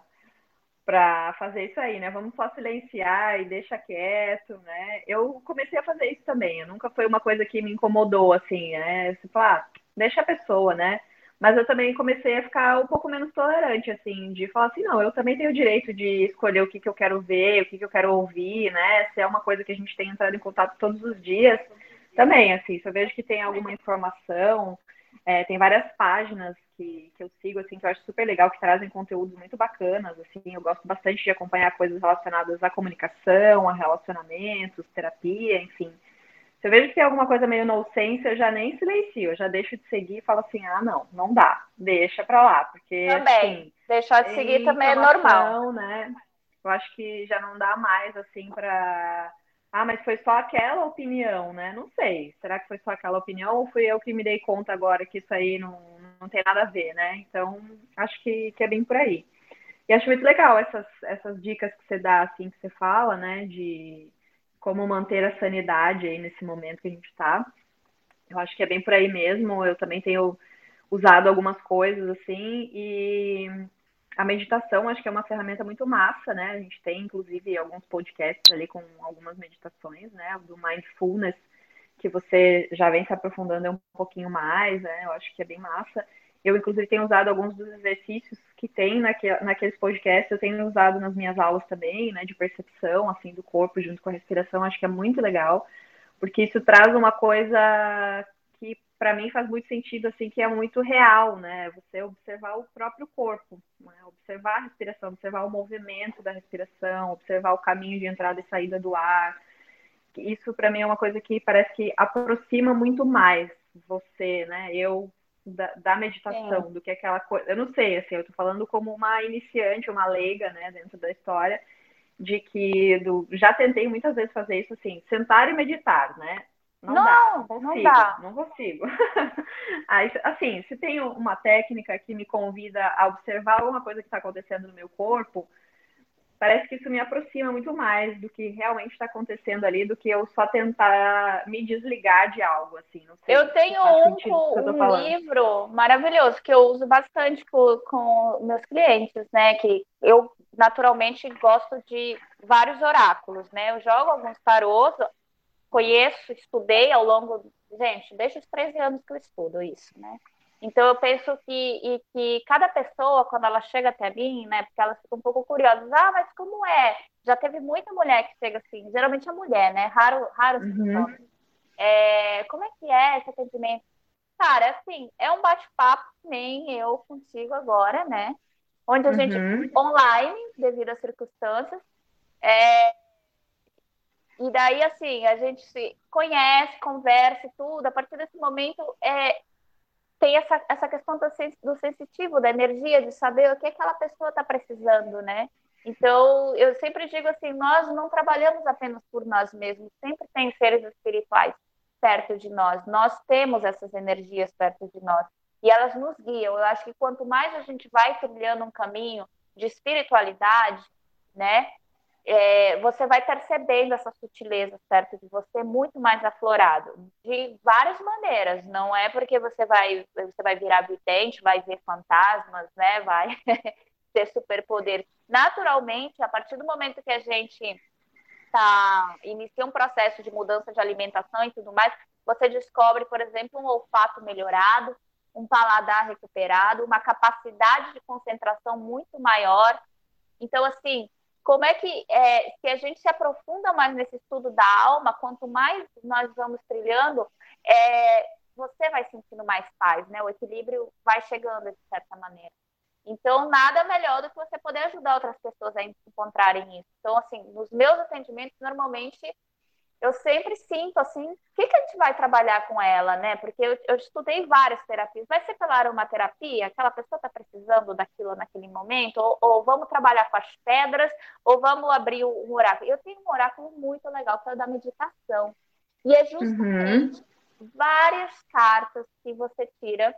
para fazer isso aí, né? Vamos só silenciar e deixa quieto, né? Eu comecei a fazer isso também. Eu nunca foi uma coisa que me incomodou, assim, né? Você fala, ah, deixa a pessoa, né? Mas eu também comecei a ficar um pouco menos tolerante, assim, de falar assim, não, eu também tenho o direito de escolher o que, que eu quero ver, o que, que eu quero ouvir, né? Se é uma coisa que a gente tem entrado em contato todos os dias, também, assim, se eu vejo que tem alguma informação, é, tem várias páginas que, que eu sigo, assim, que eu acho super legal, que trazem conteúdos muito bacanas, assim, eu gosto bastante de acompanhar coisas relacionadas à comunicação, a relacionamentos, terapia, enfim. Se eu vejo que tem alguma coisa meio nonsense, eu já nem silencio, eu já deixo de seguir e falo assim, ah, não, não dá, deixa pra lá, porque, Também. assim, Deixar de seguir tem também é normal. informação, né? Eu acho que já não dá mais, assim, pra... Ah, mas foi só aquela opinião, né? Não sei. Será que foi só aquela opinião ou fui eu que me dei conta agora que isso aí não, não tem nada a ver, né? Então, acho que, que é bem por aí. E acho muito legal essas, essas dicas que você dá, assim, que você fala, né? De como manter a sanidade aí nesse momento que a gente está. Eu acho que é bem por aí mesmo. Eu também tenho usado algumas coisas, assim, e a meditação acho que é uma ferramenta muito massa, né? A gente tem, inclusive, alguns podcasts ali com algumas meditações, né? Do Mindfulness, que você já vem se aprofundando um pouquinho mais, né? Eu acho que é bem massa. Eu, inclusive, tenho usado alguns dos exercícios que tem naque, naqueles podcasts, eu tenho usado nas minhas aulas também, né? De percepção, assim, do corpo junto com a respiração, acho que é muito legal, porque isso traz uma coisa que para mim faz muito sentido, assim, que é muito real, né? Você observar o próprio corpo, né? Observar a respiração, observar o movimento da respiração, observar o caminho de entrada e saída do ar. Isso para mim é uma coisa que parece que aproxima muito mais você, né? Eu da, da Sim. meditação, do que aquela coisa. Eu não sei, assim, eu tô falando como uma iniciante, uma leiga, né, dentro da história, de que do, já tentei muitas vezes fazer isso assim, sentar e meditar, né? Não dá, não Não, não consigo, dá. não consigo. Aí, assim, se tem uma técnica que me convida a observar alguma coisa que está acontecendo no meu corpo, parece que isso me aproxima muito mais do que realmente está acontecendo ali, do que eu só tentar me desligar de algo, assim, não Eu sei se tenho faz um, sentido o que eu com- tô um falando. livro maravilhoso que eu uso bastante com, com meus clientes, né? Que eu naturalmente gosto de vários oráculos, né? Eu jogo alguns tarôs, conheço, estudei ao longo. Gente, desde os treze anos que eu estudo isso, né? Então eu penso que, e que cada pessoa, quando ela chega até mim, né? Porque elas ficam um pouco curiosas, ah, mas como é? Já teve muita mulher que chega assim, geralmente é mulher, né? Raro, raros os Uhum, homens. É, como é que é esse atendimento? Cara, assim, é um bate-papo, que nem eu contigo agora, né? Onde a gente, uhum, online, devido às circunstâncias, é, e daí, assim, a gente se conhece, conversa e tudo. A partir desse momento, é, tem essa, essa questão do, sen- do sensitivo, da energia, de saber o que aquela pessoa está precisando, né? Então, eu sempre digo assim, nós não trabalhamos apenas por nós mesmos, sempre tem seres espirituais perto de nós, nós temos essas energias perto de nós, e elas nos guiam. Eu acho que quanto mais a gente vai trilhando um caminho de espiritualidade, né, é, você vai percebendo essa sutileza perto de você muito mais aflorado, de várias maneiras. Não é porque você vai, você vai virar vidente, vai ver fantasmas, né? Vai ter superpoder. Naturalmente, a partir do momento que a gente tá, inicia um processo de mudança de alimentação e tudo mais, você descobre, por exemplo, um olfato melhorado, um paladar recuperado, uma capacidade de concentração muito maior. Então, assim, como é que, é, se a gente se aprofunda mais nesse estudo da alma, quanto mais nós vamos trilhando, é, você vai sentindo mais paz, né? O equilíbrio vai chegando de certa maneira. Então, nada melhor do que você poder ajudar outras pessoas a encontrarem isso. Então, assim, nos meus atendimentos, normalmente eu sempre sinto assim, o que, que a gente vai trabalhar com ela, né? Porque eu, eu estudei várias terapias. Vai ser pela aromaterapia? Aquela pessoa está precisando daquilo naquele momento? Ou, ou vamos trabalhar com as pedras? Ou vamos abrir um oráculo? Eu tenho um oráculo muito legal, que é o da meditação. E é uhum, justamente várias cartas que você tira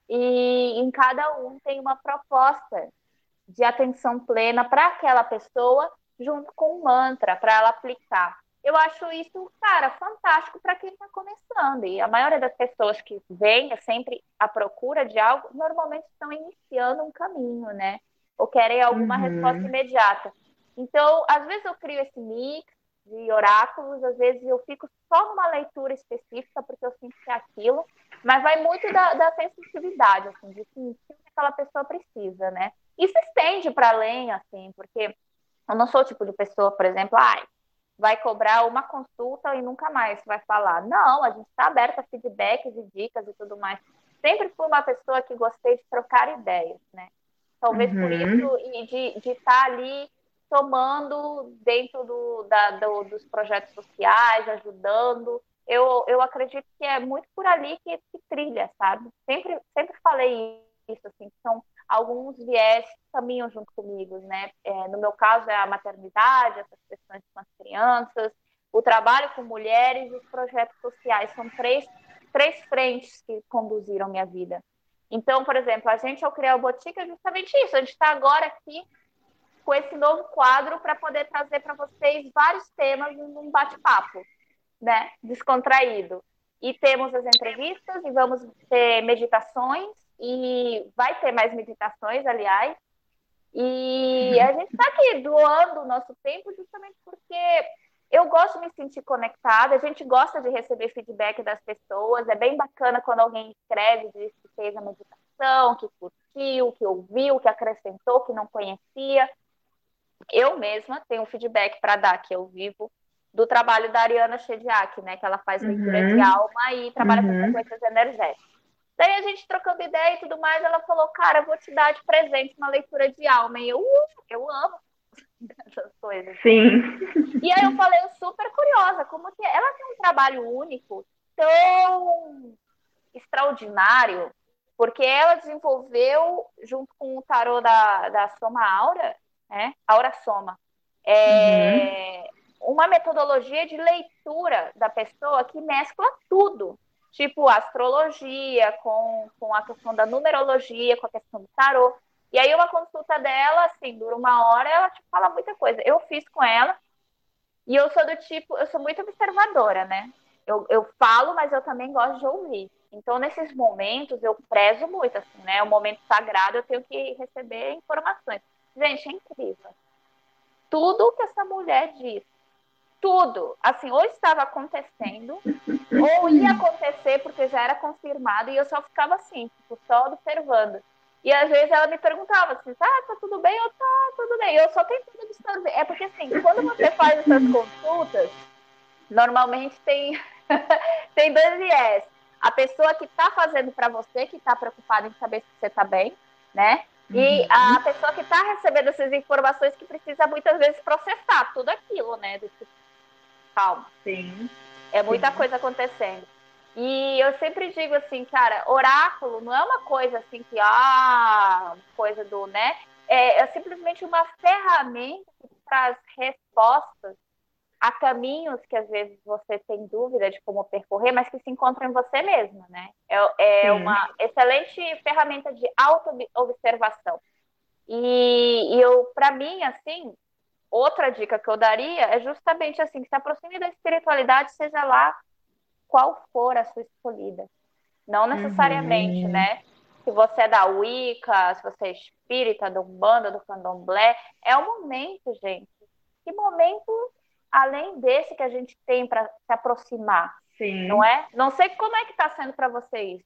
e em cada um tem uma proposta de atenção plena para aquela pessoa, junto com um mantra para ela aplicar. Eu acho isso, cara, fantástico para quem está começando. E a maioria das pessoas que vêm é sempre à procura de algo, normalmente estão iniciando um caminho, né? Ou querem alguma resposta uhum. imediata. Então, às vezes eu crio esse mix de oráculos, às vezes eu fico só numa leitura específica, porque eu sinto que é aquilo, mas vai muito da, da sensitividade, assim, de sentir o que aquela pessoa precisa, né? E se estende para além, assim, porque eu não sou o tipo de pessoa, por exemplo, ai, vai cobrar uma consulta e nunca mais vai falar. Não, a gente está aberta a feedbacks e dicas e tudo mais. Sempre fui uma pessoa que gostei de trocar ideias, né? Talvez por Uhum, isso, e de, de estar ali tomando dentro do, da, do, dos projetos sociais, ajudando. Eu, eu acredito que é muito por ali que, que trilha, sabe? Sempre, sempre falei isso, assim, que são alguns viés que caminham junto comigo, né? É, no meu caso é a maternidade, essas questões com as crianças, o trabalho com mulheres e os projetos sociais. São três, três frentes que conduziram minha vida. Então, por exemplo, a gente ao criar o Botica é justamente isso. A gente está agora aqui com esse novo quadro para poder trazer para vocês vários temas num bate-papo, né? Descontraído. E temos as entrevistas e vamos ter meditações e vai ter mais meditações, aliás. E a gente está aqui doando o nosso tempo justamente porque eu gosto de me sentir conectada, a gente gosta de receber feedback das pessoas, é bem bacana quando alguém escreve, diz que fez a meditação, que curtiu, que ouviu, que acrescentou, que não conhecia. Eu mesma tenho um feedback para dar, que eu vivo do trabalho da Ariana Shediac, né, que ela faz leitura de uhum, alma e trabalha com uhum. frequências energéticas. Daí a gente trocando ideia e tudo mais, ela falou, cara, eu vou te dar de presente uma leitura de alma. E eu, uh, eu amo essas coisas. Sim. E aí eu falei, eu super curiosa, como que ela tem um trabalho único, tão extraordinário, Porque ela desenvolveu, junto com o tarô da, da Soma Aura, né? Aura Soma, Uhum. é uma metodologia de leitura da pessoa que mescla tudo. Tipo, astrologia, com, com a questão da numerologia, com a questão do tarô. E aí, uma consulta dela, assim, dura uma hora, ela te fala muita coisa. Eu fiz com ela, e eu sou do tipo, eu sou muito observadora, né? Eu, eu falo, mas eu também gosto de ouvir. Então, nesses momentos, eu prezo muito, assim, né? É um momento sagrado, eu tenho que receber informações. Gente, é incrível. Tudo que essa mulher diz, tudo, assim, ou estava acontecendo, ou ia acontecer porque já era confirmado, e eu só ficava assim, tipo, só observando. E às vezes ela me perguntava assim, tá, tá tudo bem? Eu, tá, tudo bem. Eu só tentando absorver. É porque assim, quando você faz essas consultas, normalmente tem, tem dois viés. A pessoa que está fazendo para você, que está preocupada em saber se você está bem, né? E a Uhum. pessoa que está recebendo essas informações que precisa muitas vezes processar tudo aquilo, né? Do tipo, calma, Sim, é muita sim, coisa acontecendo. E eu sempre digo assim, cara, oráculo não é uma coisa assim que, ah, coisa do, né? É, é simplesmente uma ferramenta que traz respostas a caminhos que às vezes você tem dúvida de como percorrer, mas que se encontram em você mesma, né? É, é sim. uma excelente ferramenta de auto-observação. E, e eu, para mim, assim, outra dica que eu daria é justamente assim, que se aproxime da espiritualidade, seja lá qual for a sua escolhida. Não necessariamente, Uhum. né? Se você é da Wicca, se você é espírita, do Umbanda, do Candomblé, é o momento, gente. Que momento além desse que a gente tem para se aproximar, não Sim, é? Não sei como é que está sendo para você isso.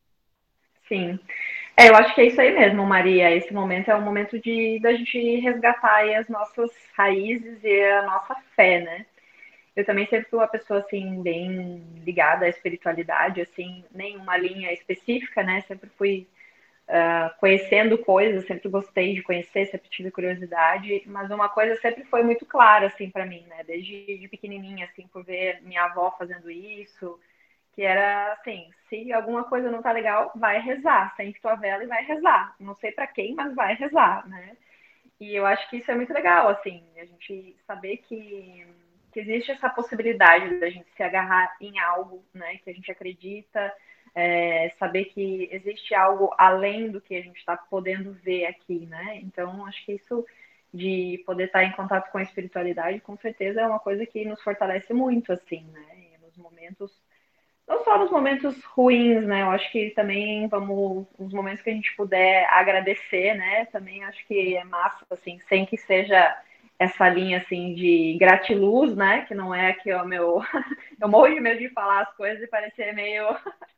sim. É, eu acho que é isso aí mesmo, Maria. Esse momento é o momento de da gente resgatar aí as nossas raízes e a nossa fé, né? Eu também sempre fui uma pessoa assim bem ligada à espiritualidade, assim, nenhuma linha específica, né? Sempre fui uh, conhecendo coisas, sempre gostei de conhecer, sempre tive curiosidade, mas uma coisa sempre foi muito clara assim para mim, né? Desde de pequenininha, assim, por ver minha avó fazendo isso, que era assim, se alguma coisa não tá legal, vai rezar, acende tua vela e vai rezar. Não sei para quem, mas vai rezar, né? E eu acho que isso é muito legal, assim, a gente saber que, que existe essa possibilidade da gente se agarrar em algo, né, que a gente acredita, é, saber que existe algo além do que a gente está podendo ver aqui, né? Então, acho que isso de poder estar em contato com a espiritualidade, com certeza é uma coisa que nos fortalece muito, assim, né? E nos momentos não só nos momentos ruins, né? Eu acho que também vamos, os momentos que a gente puder agradecer, né? Também acho que é massa, assim, sem que seja essa linha assim de gratiluz, né? Que não é aqui o meu. Eu morro de medo de falar as coisas e parecer meio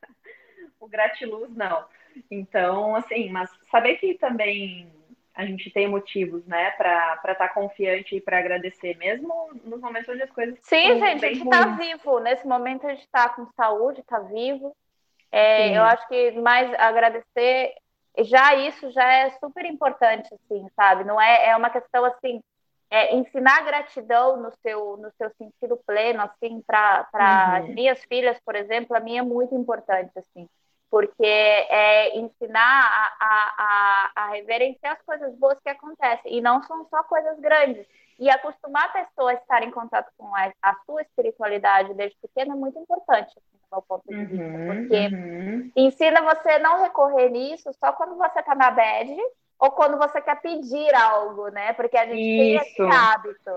o gratiluz, não. Então, assim, mas saber que também a gente tem motivos, né, para estar tá confiante e para agradecer, mesmo nos momentos onde as coisas Sim, estão gente, a bem gente está ruins. vivo. Nesse momento a gente está com saúde, está vivo. É, eu Sim. acho que mais agradecer, já isso já é super importante, assim, sabe? Não é, é uma questão assim, é, ensinar gratidão no seu, no seu sentido pleno, assim, para as Uhum. minhas filhas, por exemplo, a minha é muito importante, assim, porque é ensinar a, a, a, a reverenciar as coisas boas que acontecem, e não são só coisas grandes. E acostumar a pessoa a estar em contato com a, a sua espiritualidade desde pequena é muito importante, assim, do meu ponto de vista, Uhum, porque uhum. ensina você a não recorrer nisso só quando você está na bad ou quando você quer pedir algo, né? Porque a gente tem esse Isso, hábito.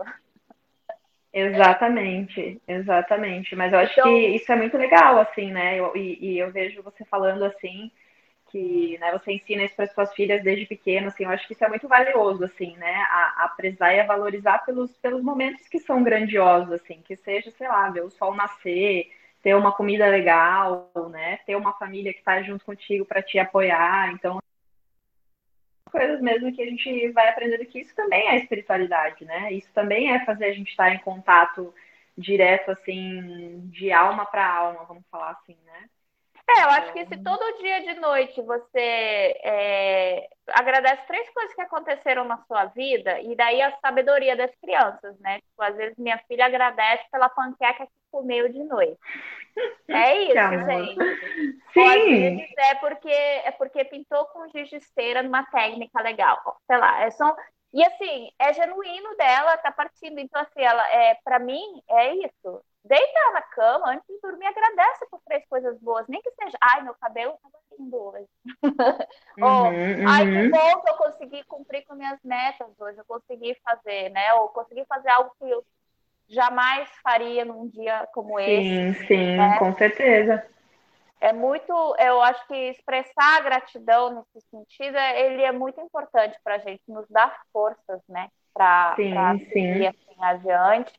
exatamente, exatamente. Mas eu acho que Então, isso é muito legal, assim, né? Eu, e, e eu vejo você falando assim, que né, você ensina isso para suas filhas desde pequeno, assim, eu acho que isso é muito valioso, assim, né? A, a prezar e a valorizar pelos, pelos momentos que são grandiosos, assim, que seja, sei lá, ver o sol nascer, ter uma comida legal, né? Ter uma família que está junto contigo para te apoiar. Então, coisas mesmo que a gente vai aprendendo que isso também é espiritualidade, né? Isso também é fazer a gente estar em contato direto, assim, de alma para alma, vamos falar assim, né? é, eu acho que Então, se todo dia de noite você é, agradece três coisas que aconteceram na sua vida, e daí a sabedoria das crianças, né? Tipo, às vezes minha filha agradece pela panqueca que comer de noite. É Que isso, amor. gente. Ou às Sim, vezes é porque é porque pintou com giz de cera numa técnica legal. Sei lá, é só. E assim, é genuíno dela, tá partindo. Então, assim, ela é, para mim, é isso. Deita na cama antes de dormir, agradece por três coisas boas, nem que seja, ai, meu cabelo tava lindo hoje. Ou, uhum, ai, que uhum. bom que eu consegui cumprir com minhas metas hoje, eu consegui fazer, né? Ou consegui fazer algo que eu jamais faria num dia como esse, Sim, sim, né? com certeza. É muito, eu acho que expressar a gratidão nesse sentido, é- ele é muito importante para a gente, nos dar forças, né, para para Sim, seguir sim. assim adiante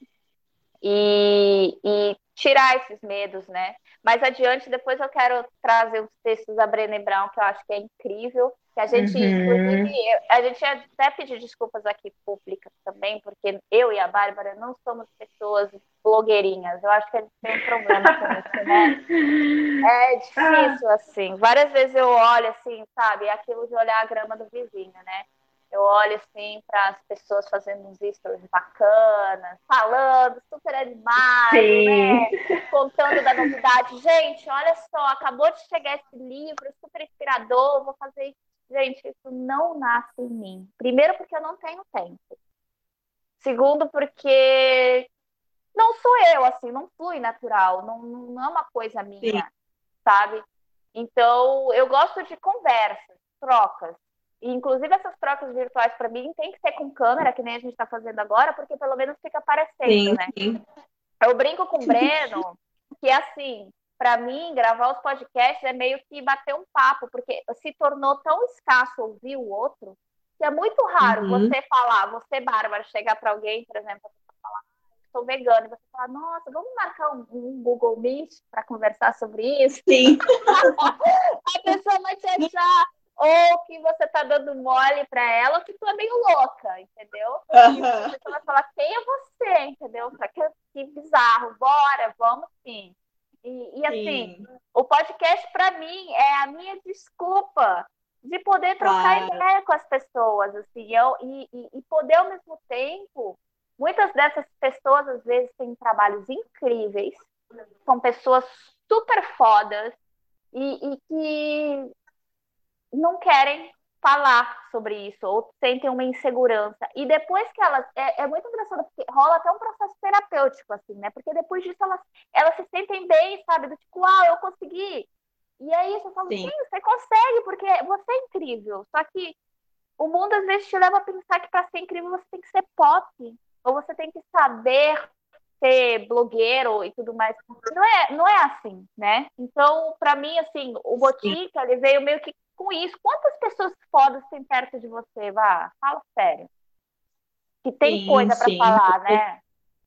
e, e tirar esses medos, né? Mais adiante, depois eu quero trazer os textos da Brené Brown, que eu acho que é incrível, que a gente, inclusive, Uhum. eu- a gente até pedir desculpas aqui públicas também, porque eu e a Bárbara não somos pessoas blogueirinhas. Eu acho que a gente tem um problema com isso, né? É Ah, difícil, assim. Várias vezes eu olho, assim, sabe? É aquilo de olhar a grama do vizinho, né? Eu olho, assim, para as pessoas fazendo uns stories bacanas, falando, super animado, sim. né? Contando da novidade. Gente, olha só, acabou de chegar esse livro, super inspirador, vou fazer isso. Gente, isso não nasce em mim. Primeiro, porque eu não tenho tempo. Segundo, porque não sou eu, assim, não flui natural, não, não é uma coisa Sim, minha, sabe? Então, eu gosto de conversas, trocas. E, inclusive, essas trocas virtuais, para mim, tem que ser com câmera, que nem a gente está fazendo agora, porque pelo menos fica aparecendo, sim, né? sim. Eu brinco com o Breno, que é assim, para mim, gravar os podcasts é meio que bater um papo, porque se tornou tão escasso ouvir o outro, que é muito raro Uhum. você falar, você, Bárbara, chegar para alguém, por exemplo, sou vegana, e você fala, nossa, vamos marcar um, um Google Meet para conversar sobre isso? Sim. A pessoa vai te achar ou que você tá dando mole para ela, ou que tu é meio louca, entendeu? E a Aham. pessoa vai falar, quem é você, entendeu? Que, que bizarro, bora, vamos sim. E, e assim, Sim, o podcast para mim é a minha desculpa de poder trocar claro. ideia com as pessoas, assim, eu, e, e, e poder ao mesmo tempo, muitas dessas pessoas às vezes têm trabalhos incríveis, são pessoas super fodas, e, e que não querem falar sobre isso ou sentem uma insegurança. E depois que elas. É, é muito engraçado, porque rola até um processo terapêutico, assim, né? Porque depois disso elas, elas se sentem bem, sabe? Do tipo, ah, eu consegui. E aí você fala, Sim, sim, você consegue, porque você é incrível. Só que o mundo às vezes te leva a pensar que para ser incrível você tem que ser pop, ou você tem que saber ser blogueiro e tudo mais. Não é, não é assim, né? Então, para mim, assim, o sim, Botica, ele veio meio que com isso. Quantas pessoas fodas tem perto de você? Vá, fala sério. Que tem sim, coisa para sim. falar, né?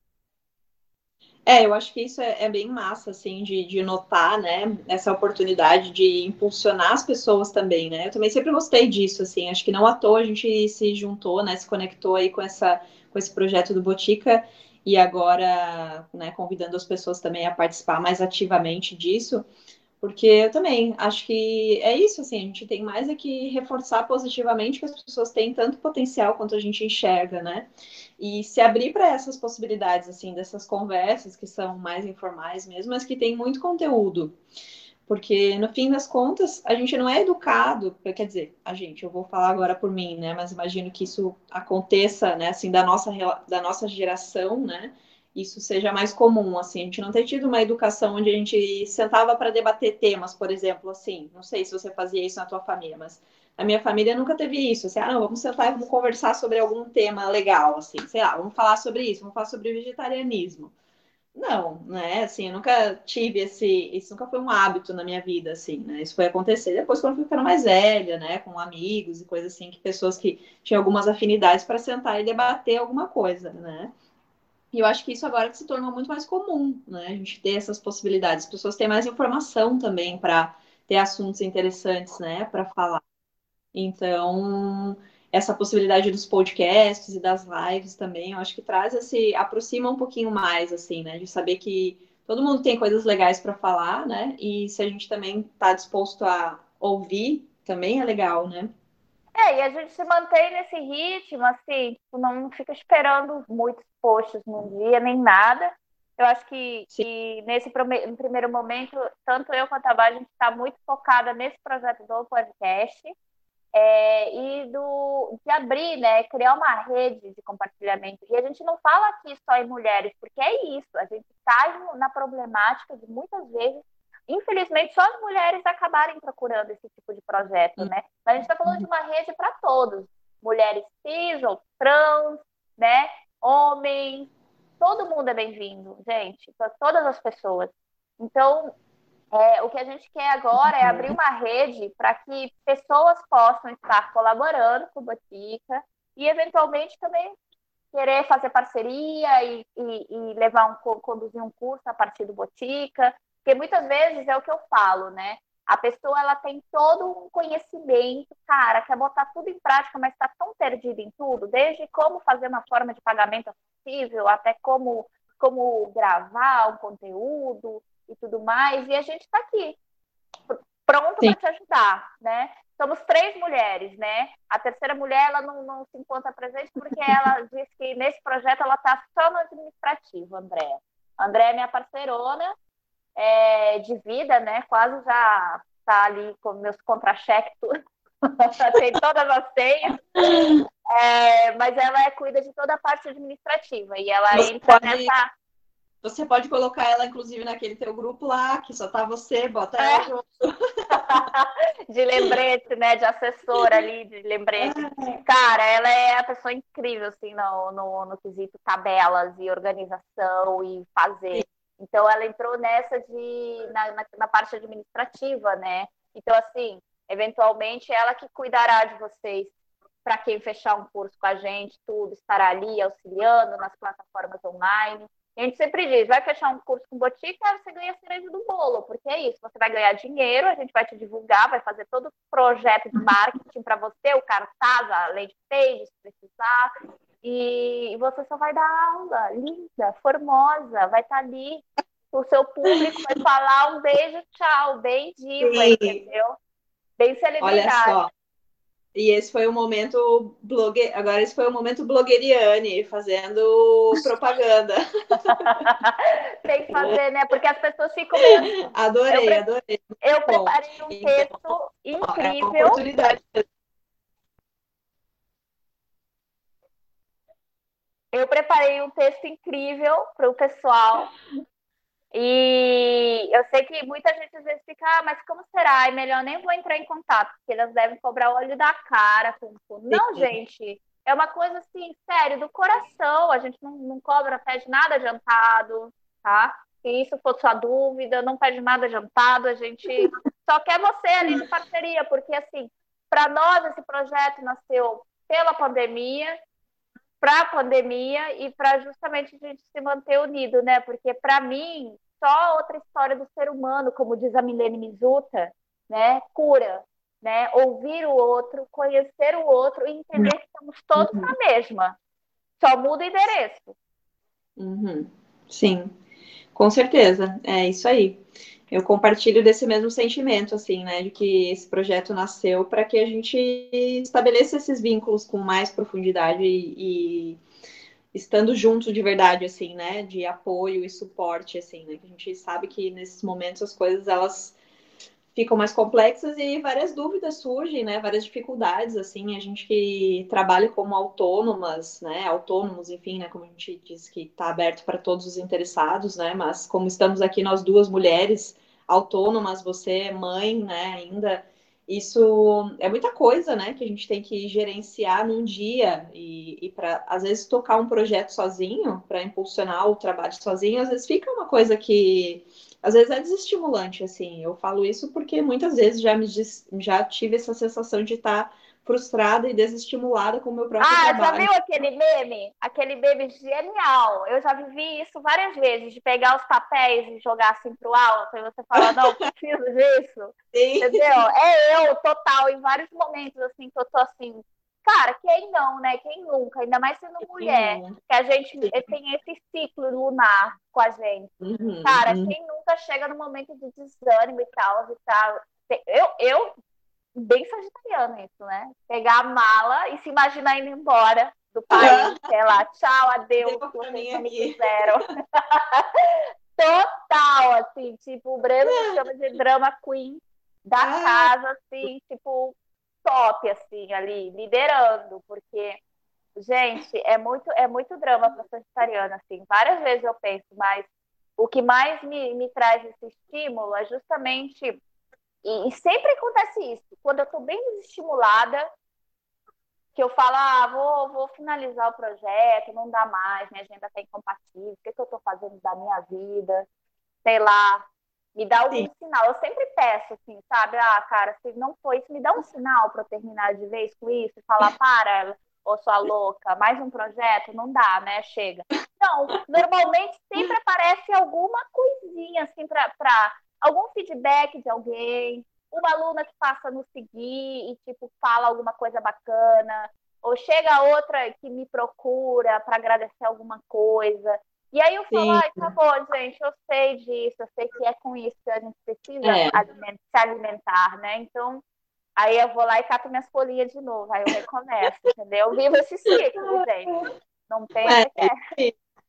É, eu acho que isso é, é bem massa, assim, de, de notar, né, essa oportunidade de impulsionar as pessoas também, né? Eu também sempre gostei disso, assim, acho que não à toa a gente se juntou, né, se conectou aí com essa, com esse projeto do Botica e agora, né, convidando as pessoas também a participar mais ativamente disso. Porque eu também acho que é isso, assim, a gente tem mais é que reforçar positivamente que as pessoas têm tanto potencial quanto a gente enxerga, né? E se abrir para essas possibilidades, assim, dessas conversas que são mais informais mesmo, mas que tem muito conteúdo. Porque, no fim das contas, a gente não é educado, quer dizer, a gente, eu vou falar agora por mim, né? Mas imagino que isso aconteça, né, assim, da nossa, da nossa geração, né? Isso seja mais comum, assim, a gente não ter tido uma educação onde a gente sentava para debater temas, por exemplo, assim, não sei se você fazia isso na tua família, mas a minha família nunca teve isso, assim, ah, não, vamos sentar e vamos conversar sobre algum tema legal, assim, sei lá, vamos falar sobre isso, vamos falar sobre vegetarianismo. Não, né? Assim, eu nunca tive esse. Isso nunca foi um hábito na minha vida, assim, né? Isso foi acontecer depois quando eu fui ficando mais velha, né? Com amigos e coisas assim, que pessoas que tinham algumas afinidades para sentar e debater alguma coisa, né? E eu acho que isso agora que se tornou muito mais comum, né? A gente ter essas possibilidades. As pessoas têm mais informação também para ter assuntos interessantes, né? Para falar. Então, essa possibilidade dos podcasts e das lives também, eu acho que traz esse, aproxima um pouquinho mais, assim, né? De saber que todo mundo tem coisas legais para falar, né? E se a gente também está disposto a ouvir, também é legal, né? É, e a gente se mantém nesse ritmo, assim, tipo, não fica esperando muitos posts num dia, nem nada. Eu acho que, que nesse prome- no primeiro momento, tanto eu quanto a Bá, a gente está muito focada nesse projeto do podcast, é, e do, de abrir, né, criar uma rede de compartilhamento. E a gente não fala aqui só em mulheres, porque é isso, a gente está na problemática de muitas vezes, infelizmente, só as mulheres acabarem procurando esse tipo de projeto, né? Mas a gente está falando de uma rede para todos, mulheres cis ou trans, né, homens, todo mundo é bem-vindo, gente, para todas as pessoas. Então, é, o que a gente quer agora é abrir uma rede para que pessoas possam estar colaborando com o Botica e, eventualmente, também querer fazer parceria e, e, e levar um, conduzir um curso a partir do Botica, porque muitas vezes é o que eu falo, né? A pessoa ela tem todo um conhecimento, cara, quer botar tudo em prática, mas está tão perdida em tudo, desde como fazer uma forma de pagamento acessível, até como, como gravar um conteúdo e tudo mais, e a gente está aqui, pronto para te ajudar, né? Somos três mulheres, né? A terceira mulher, ela não, não se encontra presente porque ela diz que nesse projeto ela está só no administrativo, Andréa. Andréa é minha parceirona é, de vida, né? Quase já está ali com meus contra-cheques, tem todas as senhas, é, mas ela é, cuida de toda a parte administrativa e ela Você entra pode, nessa... você pode colocar ela, inclusive, naquele teu grupo lá, que só tá você, bota ela É. junto. De lembrete, né? De assessora ali, de lembrete. Cara, ela é a pessoa incrível, assim, no, no, no quesito tabelas e organização e fazer. Então, ela entrou nessa de na, na, na parte administrativa, né? Então, assim, eventualmente, ela que cuidará de vocês para quem fechar um curso com a gente, tudo, estará ali auxiliando nas plataformas online. A gente sempre diz, vai fechar um curso com Botica, você ganha a cereja do bolo, porque é isso, você vai ganhar dinheiro, a gente vai te divulgar, vai fazer todo o projeto de marketing para você, o cartaz, a landing page, se precisar, e você só vai dar aula, linda, formosa, vai estar ali, o seu público vai falar um beijo, tchau, bem diva, Sim. entendeu? Bem Olha celebridade. só. E esse foi o momento blogue... Agora esse foi o momento blogueiriane, fazendo propaganda. Tem que fazer, né? Porque as pessoas ficam meio assim. Adorei, eu pre... adorei. Eu Bom, preparei um então, texto é uma incrível. oportunidade. Eu preparei um texto incrível para o pessoal. E eu sei que muita gente às vezes fica, ah, mas como será? É melhor nem vou entrar em contato, porque elas devem cobrar o olho da cara. Com, com... Não, gente, é uma coisa assim, sério, do coração. A gente não, não cobra, pede nada adiantado, tá? Se isso for sua dúvida, não pede nada adiantado, a gente só quer você ali de parceria, porque assim, para nós esse projeto nasceu pela pandemia, para a pandemia e para justamente a gente se manter unido, né? Porque para mim só outra história do ser humano, como diz a Milene Mizuta, né? Cura, né? Ouvir o outro, conhecer o outro e entender que estamos todos uhum. na mesma. Só muda o endereço. Uhum. Sim, com certeza. É isso aí. Eu compartilho desse mesmo sentimento, assim, né? De que esse projeto nasceu para que a gente estabeleça esses vínculos com mais profundidade e, e estando junto de verdade, assim, né? De apoio e suporte, assim, né? Que a gente sabe que nesses momentos as coisas elas ficam mais complexas e várias dúvidas surgem, né? Várias dificuldades, assim. A gente que trabalha como autônomas, né? Autônomos, enfim, né? Como a gente diz que está aberto para todos os interessados, né? Mas como estamos aqui nós duas mulheres autônomas, você é mãe, né? Ainda isso é muita coisa, né? Que a gente tem que gerenciar num dia e, e para às vezes tocar um projeto sozinho, para impulsionar o trabalho sozinho, às vezes fica uma coisa que às vezes é desestimulante, assim. Eu falo isso porque muitas vezes já me já tive essa sensação de estar frustrada e desestimulada com o meu próprio ah, trabalho. Já viu aquele meme? Aquele meme genial. Eu já vivi isso várias vezes, de pegar os papéis e jogar assim pro alto, e você fala, não, preciso disso. Sim. Entendeu? É eu, total, em vários momentos, assim, que eu tô assim, cara, quem não, né? Quem nunca? Ainda mais sendo mulher, que a gente tem esse ciclo lunar com a gente. Uhum, cara, uhum. quem nunca chega no momento de desânimo e tal, e tal. Eu, eu bem sagitariano isso, né? Pegar a mala e se imaginar indo embora, do país, sei lá, tchau, adeus, Deu pra vocês mim não me aqui. quiseram. Total, assim, tipo, o Breno me chama de drama queen da Ah, casa, assim, tipo, top, assim, ali, liderando, porque, gente, é muito, é muito drama para sagitariana, assim, várias vezes eu penso, mas o que mais me, me traz esse estímulo é justamente, e, e sempre acontece isso, quando eu tô bem desestimulada, que eu falo, ah, vou, vou finalizar o projeto, não dá mais, minha agenda está incompatível, o que, que eu estou fazendo da minha vida? Sei lá, me dá algum sim. sinal. Eu sempre peço, assim, sabe? Ah, cara, se não foi isso, me dá um sinal para eu terminar de vez com isso e falar, para, ô sua louca, mais um projeto? Não dá, né? Chega. Não, normalmente sempre aparece alguma coisinha, assim, para algum feedback de alguém, uma aluna que passa a nos seguir e, tipo, fala alguma coisa bacana, ou chega outra que me procura para agradecer alguma coisa. E aí eu falo, Sim. ai, tá bom, gente, eu sei disso, eu sei que é com isso que a gente precisa É. aliment- se alimentar, né? Então, aí eu vou lá e cato minhas folhinhas de novo, aí eu recomeço, entendeu? Eu vivo esse ciclo, gente. Não pensa que é. É,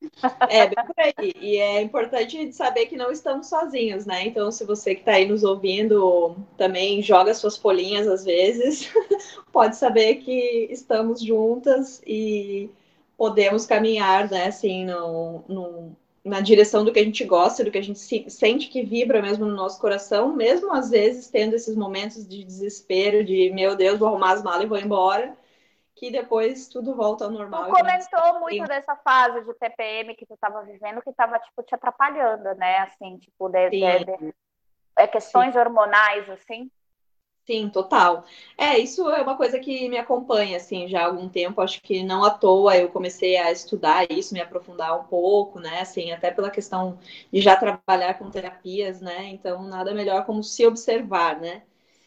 é bem por aí. E é importante saber que não estamos sozinhos, né? Então, se você que está aí nos ouvindo também joga suas folhinhas às vezes, pode saber que estamos juntas e podemos caminhar, né, assim, no, no, na direção do que a gente gosta, do que a gente se, sente que vibra mesmo no nosso coração, mesmo às vezes tendo esses momentos de desespero, de meu Deus, vou arrumar as malas e vou embora, que depois tudo volta ao Tu normal e que a gente comentou tem. muito dessa fase de T P M que tu estava vivendo, que estava, tipo, te atrapalhando, né? Assim, tipo, de, de, Sim, de, é, sim. questões hormonais, assim. Sim, total. É, isso é uma coisa que me acompanha, assim, já há algum tempo. Acho que não à toa eu comecei a estudar isso, me aprofundar um pouco, né? Assim, até pela questão de já trabalhar com terapias, né? Então, nada melhor como se observar, né?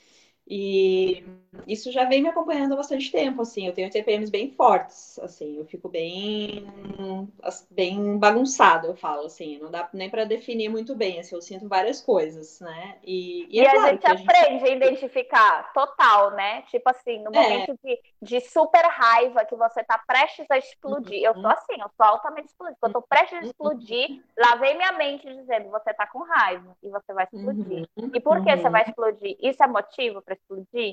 E isso já vem me acompanhando há bastante tempo, assim. Eu tenho T P Ms bem fortes, assim. Eu fico bem, bem bagunçado, eu falo, assim. Não dá nem para definir muito bem, assim. Eu sinto várias coisas, né? E, e E é a claro gente que a gente aprende a identificar total, né? Tipo assim, no é. momento de, de super raiva que você tá prestes a explodir. Eu sou assim, eu sou altamente explosiva. Quando eu tô prestes a explodir, lavei minha mente dizendo, você tá com raiva e você vai explodir. Uhum, E por que você uhum. vai explodir? Isso é motivo para explodir?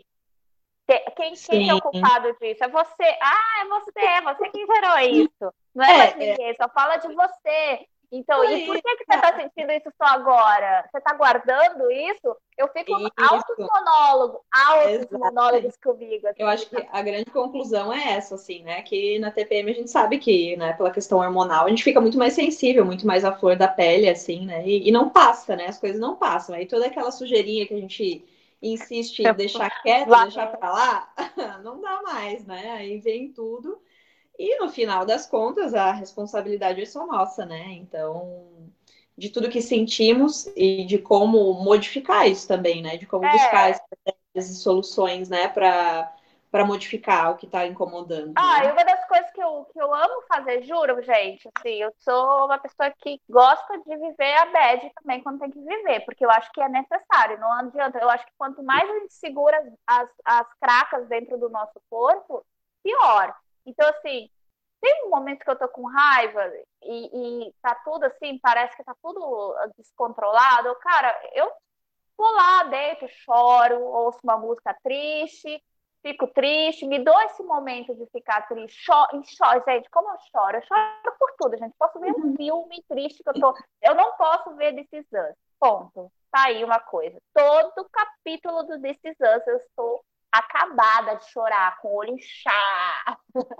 Quem, quem que é o Sim. culpado disso? É você. Ah, é você, é você que gerou isso. Não é mais É, é. ninguém, só fala de você. Então, e por Aí, que, que você está cara, sentindo isso só agora? Você está guardando isso? Eu fico altos isso, monólogos, altos exatamente. monólogos comigo, Eu assim, acho que sabe? a grande conclusão é essa, assim, né? Que na T P M a gente sabe que, né, pela questão hormonal, a gente fica muito mais sensível, muito mais à flor da pele, assim, né? E, e não passa, né? As coisas não passam. Aí toda aquela sujeirinha que a gente insiste em deixar quieto, Lá deixar pra lá, não dá mais, né? Aí vem tudo. E no final das contas, a responsabilidade é só nossa, né? Então, de tudo que sentimos e de como modificar isso também, né? De como buscar é. estratégias e soluções, né, para para modificar o que está incomodando, Ah, e né? uma das coisas que eu, que eu amo fazer, juro, gente, assim, eu sou uma pessoa que gosta de viver a bad também quando tem que viver, porque eu acho que é necessário, não adianta. Eu acho que quanto mais a gente segura as, as cracas dentro do nosso corpo, pior. Então, assim, tem um momento que eu tô com raiva e, e tá tudo assim, parece que tá tudo descontrolado. Cara, eu vou lá, deito, choro, ouço uma música triste, fico triste, me dou esse momento de ficar triste, choro, choro. Gente, como eu choro? Eu choro por tudo, gente. Posso ver um filme triste que eu tô. Eu não posso ver This Is Us. Ponto. Tá aí uma coisa. Todo capítulo do This Is Us eu estou acabada de chorar, com o olho inchado.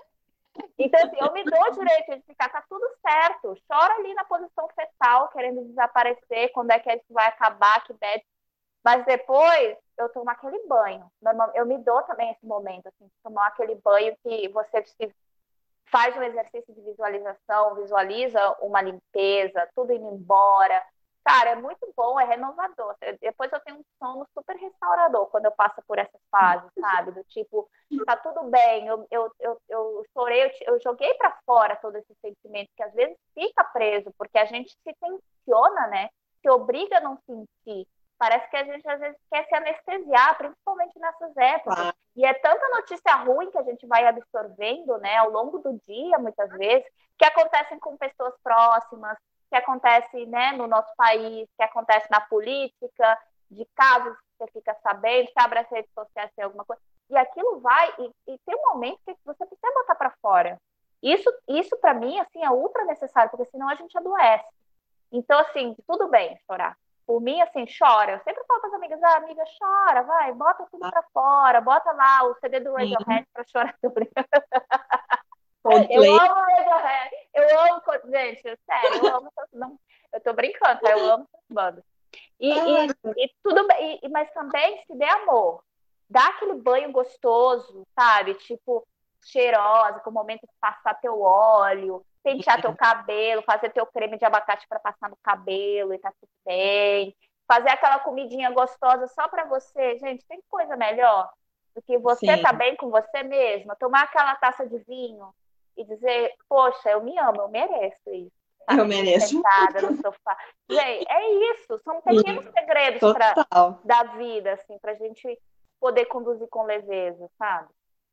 Então, assim, eu me dou o direito de ficar, tá tudo certo. Chora ali na posição fetal, querendo desaparecer, quando é que isso vai acabar, que bad. Mas depois eu tomo aquele banho. Eu me dou também esse momento, assim, de tomar aquele banho que você faz um exercício de visualização, visualiza uma limpeza, tudo indo embora. Cara, é muito bom, é renovador. Depois eu tenho um sono super restaurador quando eu passo por essas fases, sabe? Do tipo, tá tudo bem, eu, eu, eu, eu chorei, eu, eu joguei para fora todo esse sentimento que às vezes fica preso, porque a gente se tensiona, né? Se obriga a não sentir. Parece que a gente às vezes quer se anestesiar, principalmente nessas épocas. Claro. E é tanta notícia ruim que a gente vai absorvendo, né, ao longo do dia, muitas vezes, que acontecem com pessoas próximas, que acontece, né, no nosso país, que acontece na política, de casos que você fica sabendo, que abre as redes sociais, tem alguma coisa. E aquilo vai, e, e tem um momento que você precisa botar para fora. Isso, isso para mim, assim, é ultra necessário, porque senão a gente adoece. Então, assim, tudo bem chorar. Por mim, assim, chora. Eu sempre falo com as amigas, ah, amiga, chora, vai, bota tudo pra fora, bota lá o C D do Sim. Radiohead pra chorar. Eu Coldplay. amo Radiohead, eu amo, gente, sério, eu amo, não, eu tô brincando, tá? Eu amo essas bandas. E, e, e tudo bem, e, mas também se der amor, dá aquele banho gostoso, sabe? Tipo, cheirosa, com o momento de passar teu óleo, pentear teu cabelo, fazer teu creme de abacate para passar no cabelo e tá tudo bem. Fazer aquela comidinha gostosa só para você, gente, tem coisa melhor do que você Sim. tá bem com você mesma, tomar aquela taça de vinho e dizer, poxa, eu me amo, eu mereço isso. Eu mereço. Sentada no sofá. Gente, é isso, são pequenos Sim. segredos pra, Total. da vida, assim, pra gente poder conduzir com leveza, sabe?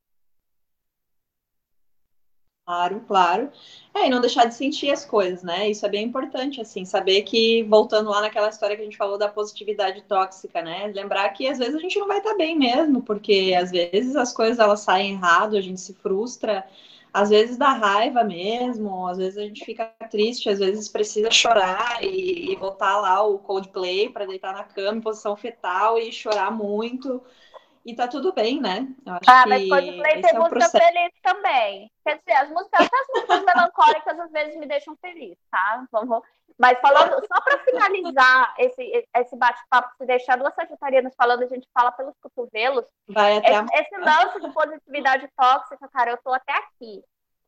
Claro, claro. É, e não deixar de sentir as coisas, né? Isso é bem importante, assim, saber que, voltando lá naquela história que a gente falou da positividade tóxica, né? Lembrar que às vezes a gente não vai estar bem mesmo, porque às vezes as coisas elas saem errado, a gente se frustra, às vezes dá raiva mesmo, às vezes a gente fica triste, às vezes precisa chorar e, e botar lá o Coldplay para deitar na cama em posição fetal e chorar muito. E tá tudo bem, né? Eu acho Ah, mas que Coldplay tem esse é o música processo. feliz também. Quer dizer, as músicas, até as músicas melancólicas às vezes me deixam feliz, tá? Vamos... Mas falando, só para finalizar esse, esse bate-papo, se deixar duas sagitarianas falando, a gente fala pelos cotovelos. Vai até Esse, a... esse lance de positividade tóxica, cara, eu tô até aqui.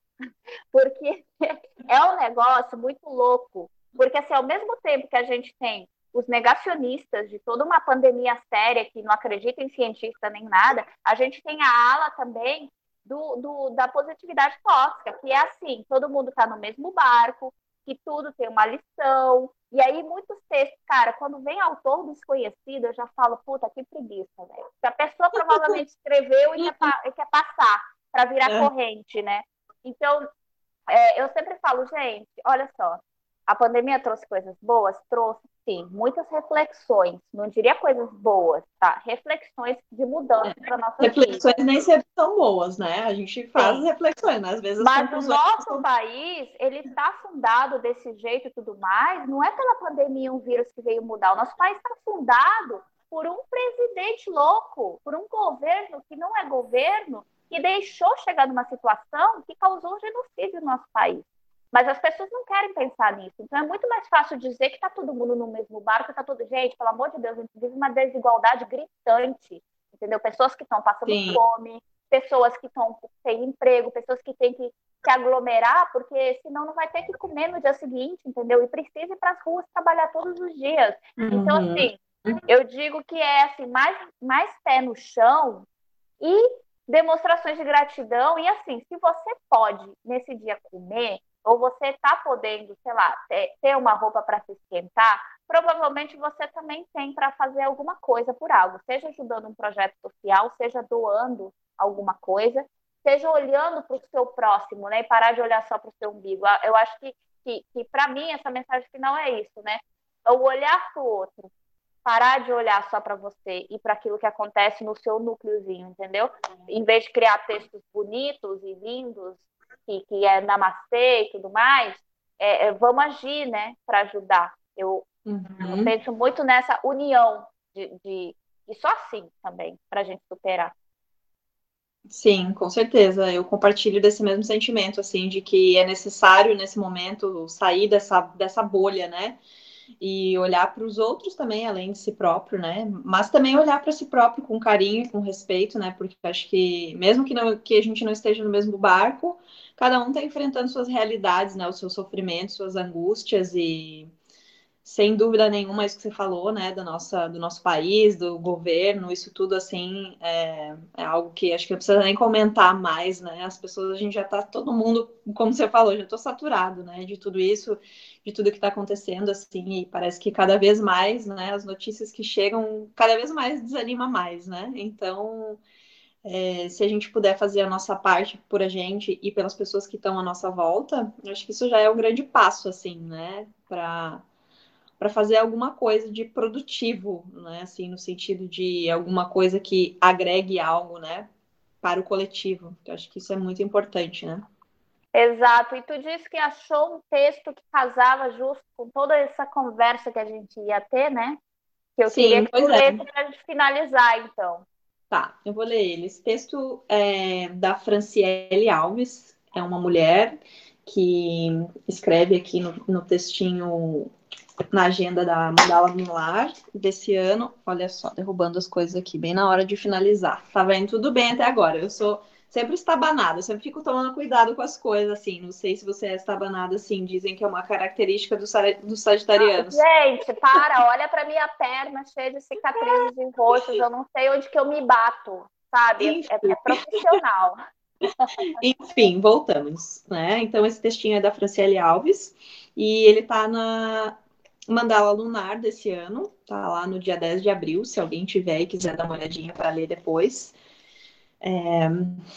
Porque é um negócio muito louco. Porque, assim, ao mesmo tempo que a gente tem os negacionistas de toda uma pandemia séria que não acredita em cientista nem nada, a gente tem a ala também do, do, da positividade tóxica, que é assim, todo mundo está no mesmo barco, que tudo tem uma lição. E aí, muitos textos, cara, quando vem autor desconhecido, eu já falo, puta, que preguiça, velho. A pessoa provavelmente escreveu e quer, e quer passar para virar É. corrente, né? Então, é, eu sempre falo, gente, olha só, a pandemia trouxe coisas boas? Trouxe, sim, muitas reflexões, não diria coisas boas, tá? Reflexões de mudança para nossa vida. Reflexões nem sempre são boas, né? A gente faz Sim. reflexões, né? Às vezes as Mas o conclusões nosso são... país, ele está fundado desse jeito e tudo mais, não é pela pandemia, um vírus que veio mudar. O nosso país está fundado por um presidente louco, por um governo que não é governo, que deixou chegar numa situação que causou um genocídio no nosso país. Mas as pessoas não querem pensar nisso. Então é muito mais fácil dizer que está todo mundo no mesmo barco, está todo... Gente, pelo amor de Deus, a gente vive uma desigualdade gritante, entendeu? Pessoas que estão passando Sim. fome, pessoas que estão sem emprego, pessoas que têm que se aglomerar, porque senão não vai ter que comer no dia seguinte, entendeu? E precisa ir para as ruas trabalhar todos os dias. Uhum. Então, assim, eu digo que é assim, mais, mais pé no chão e demonstrações de gratidão. E assim, se você pode nesse dia comer, ou você está podendo, sei lá, ter, ter uma roupa para se esquentar, provavelmente você também tem para fazer alguma coisa por algo, seja ajudando um projeto social, seja doando alguma coisa, seja olhando para o seu próximo, né, e parar de olhar só para o seu umbigo. Eu acho que, que, que para mim, essa mensagem final é isso, né? É o olhar para o outro, parar de olhar só para você e para aquilo que acontece no seu núcleozinho, entendeu? Em vez de criar textos bonitos e lindos, que, que é namastê e tudo mais, é, é, vamos agir, né, para ajudar. Eu, uhum. eu penso muito nessa união de, de e só assim também, para a gente superar. Sim, com certeza. Eu compartilho desse mesmo sentimento, assim, de que é necessário, nesse momento, sair dessa, dessa bolha, né? E olhar para os outros também, além de si próprio, né? Mas também olhar para si próprio com carinho e com respeito, né? Porque acho que, mesmo que, não, que a gente não esteja no mesmo barco, cada um está enfrentando suas realidades, né? Os seus sofrimentos, suas angústias e... sem dúvida nenhuma, isso que você falou, né, da nossa, do nosso país, do governo, isso tudo, assim, é, é algo que acho que não precisa nem comentar mais, né, as pessoas, a gente já tá, todo mundo, como você falou, já tô saturado, né, de tudo isso, de tudo que tá acontecendo, assim, e parece que cada vez mais, né, as notícias que chegam, cada vez mais desanima mais, né, então, é, se a gente puder fazer a nossa parte por a gente e pelas pessoas que estão à nossa volta, eu acho que isso já é um grande passo, assim, né, para para fazer alguma coisa de produtivo, né? Assim, no sentido de alguma coisa que agregue algo, né? Para o coletivo. Eu acho que isso é muito importante, né? Exato. E tu disse que achou um texto que casava justo com toda essa conversa que a gente ia ter, né? Que eu queria Sim, que tu pois é. lesse para a gente finalizar, então. Tá, eu vou ler ele. Esse texto é da Franciele Alves, é uma mulher que escreve aqui no, no textinho na agenda da Mandala no Lar desse ano. Olha só, derrubando as coisas aqui, bem na hora de finalizar. Tá vendo? Tudo bem até agora. Eu sou sempre estabanada, eu sempre fico tomando cuidado com as coisas, assim. Não sei se você é estabanada, assim. Dizem que é uma característica dos do sagitarianos. Gente, para, olha para minha perna cheia de cicatrizes e roxos. Eu não sei onde que eu me bato, sabe? É, é, é profissional. Enfim, voltamos, né? Então, esse textinho é da Franciele Alves e ele tá na Mandala Lunar desse ano, tá lá no dia dez de abril, se alguém tiver e quiser dar uma olhadinha para ler depois. É...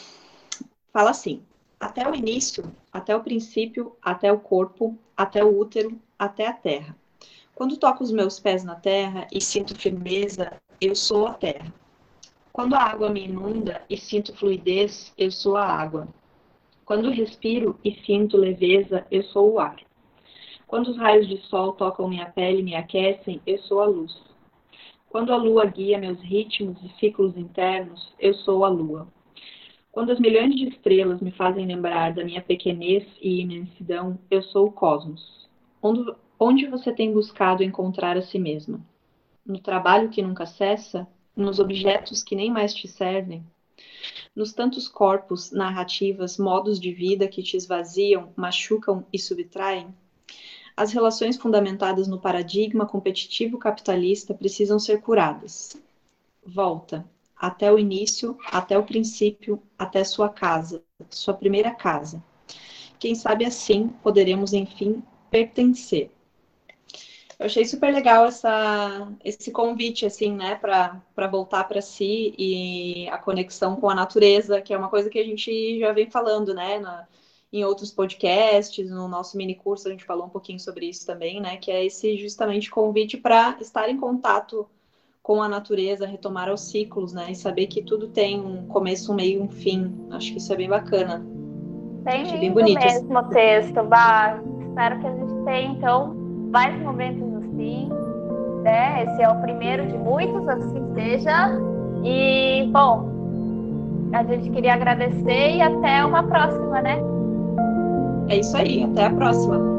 Fala assim: até o início, até o princípio, até o corpo, até o útero, até a terra. Quando toco os meus pés na terra e sinto firmeza, eu sou a terra. Quando a água me inunda e sinto fluidez, eu sou a água. Quando respiro e sinto leveza, eu sou o ar. Quando os raios de sol tocam minha pele e me aquecem, eu sou a luz. Quando a lua guia meus ritmos e ciclos internos, eu sou a lua. Quando as milhões de estrelas me fazem lembrar da minha pequenez e imensidão, eu sou o cosmos. Onde, onde você tem buscado encontrar a si mesma? No trabalho que nunca cessa? Nos objetos que nem mais te servem? Nos tantos corpos, narrativas, modos de vida que te esvaziam, machucam e subtraem? As relações fundamentadas no paradigma competitivo capitalista precisam ser curadas. Volta, até o início, até o princípio, até sua casa, sua primeira casa. Quem sabe assim poderemos, enfim, pertencer. Eu achei super legal essa, esse convite, assim, né, para voltar para si e a conexão com a natureza, que é uma coisa que a gente já vem falando, né, na, em outros podcasts, no nosso mini curso a gente falou um pouquinho sobre isso também, né, que é esse justamente convite para estar em contato com a natureza, retomar os ciclos, né, e saber que tudo tem um começo, um meio e um fim. Acho que isso é bem bacana. Bem Achei bem lindo bonito. mesmo o texto, Bah. Espero que a gente tenha, então, mais momentos assim, né? Esse é o primeiro de muitos, assim seja. E, bom, a gente queria agradecer e até uma próxima, né? É isso aí, até a próxima.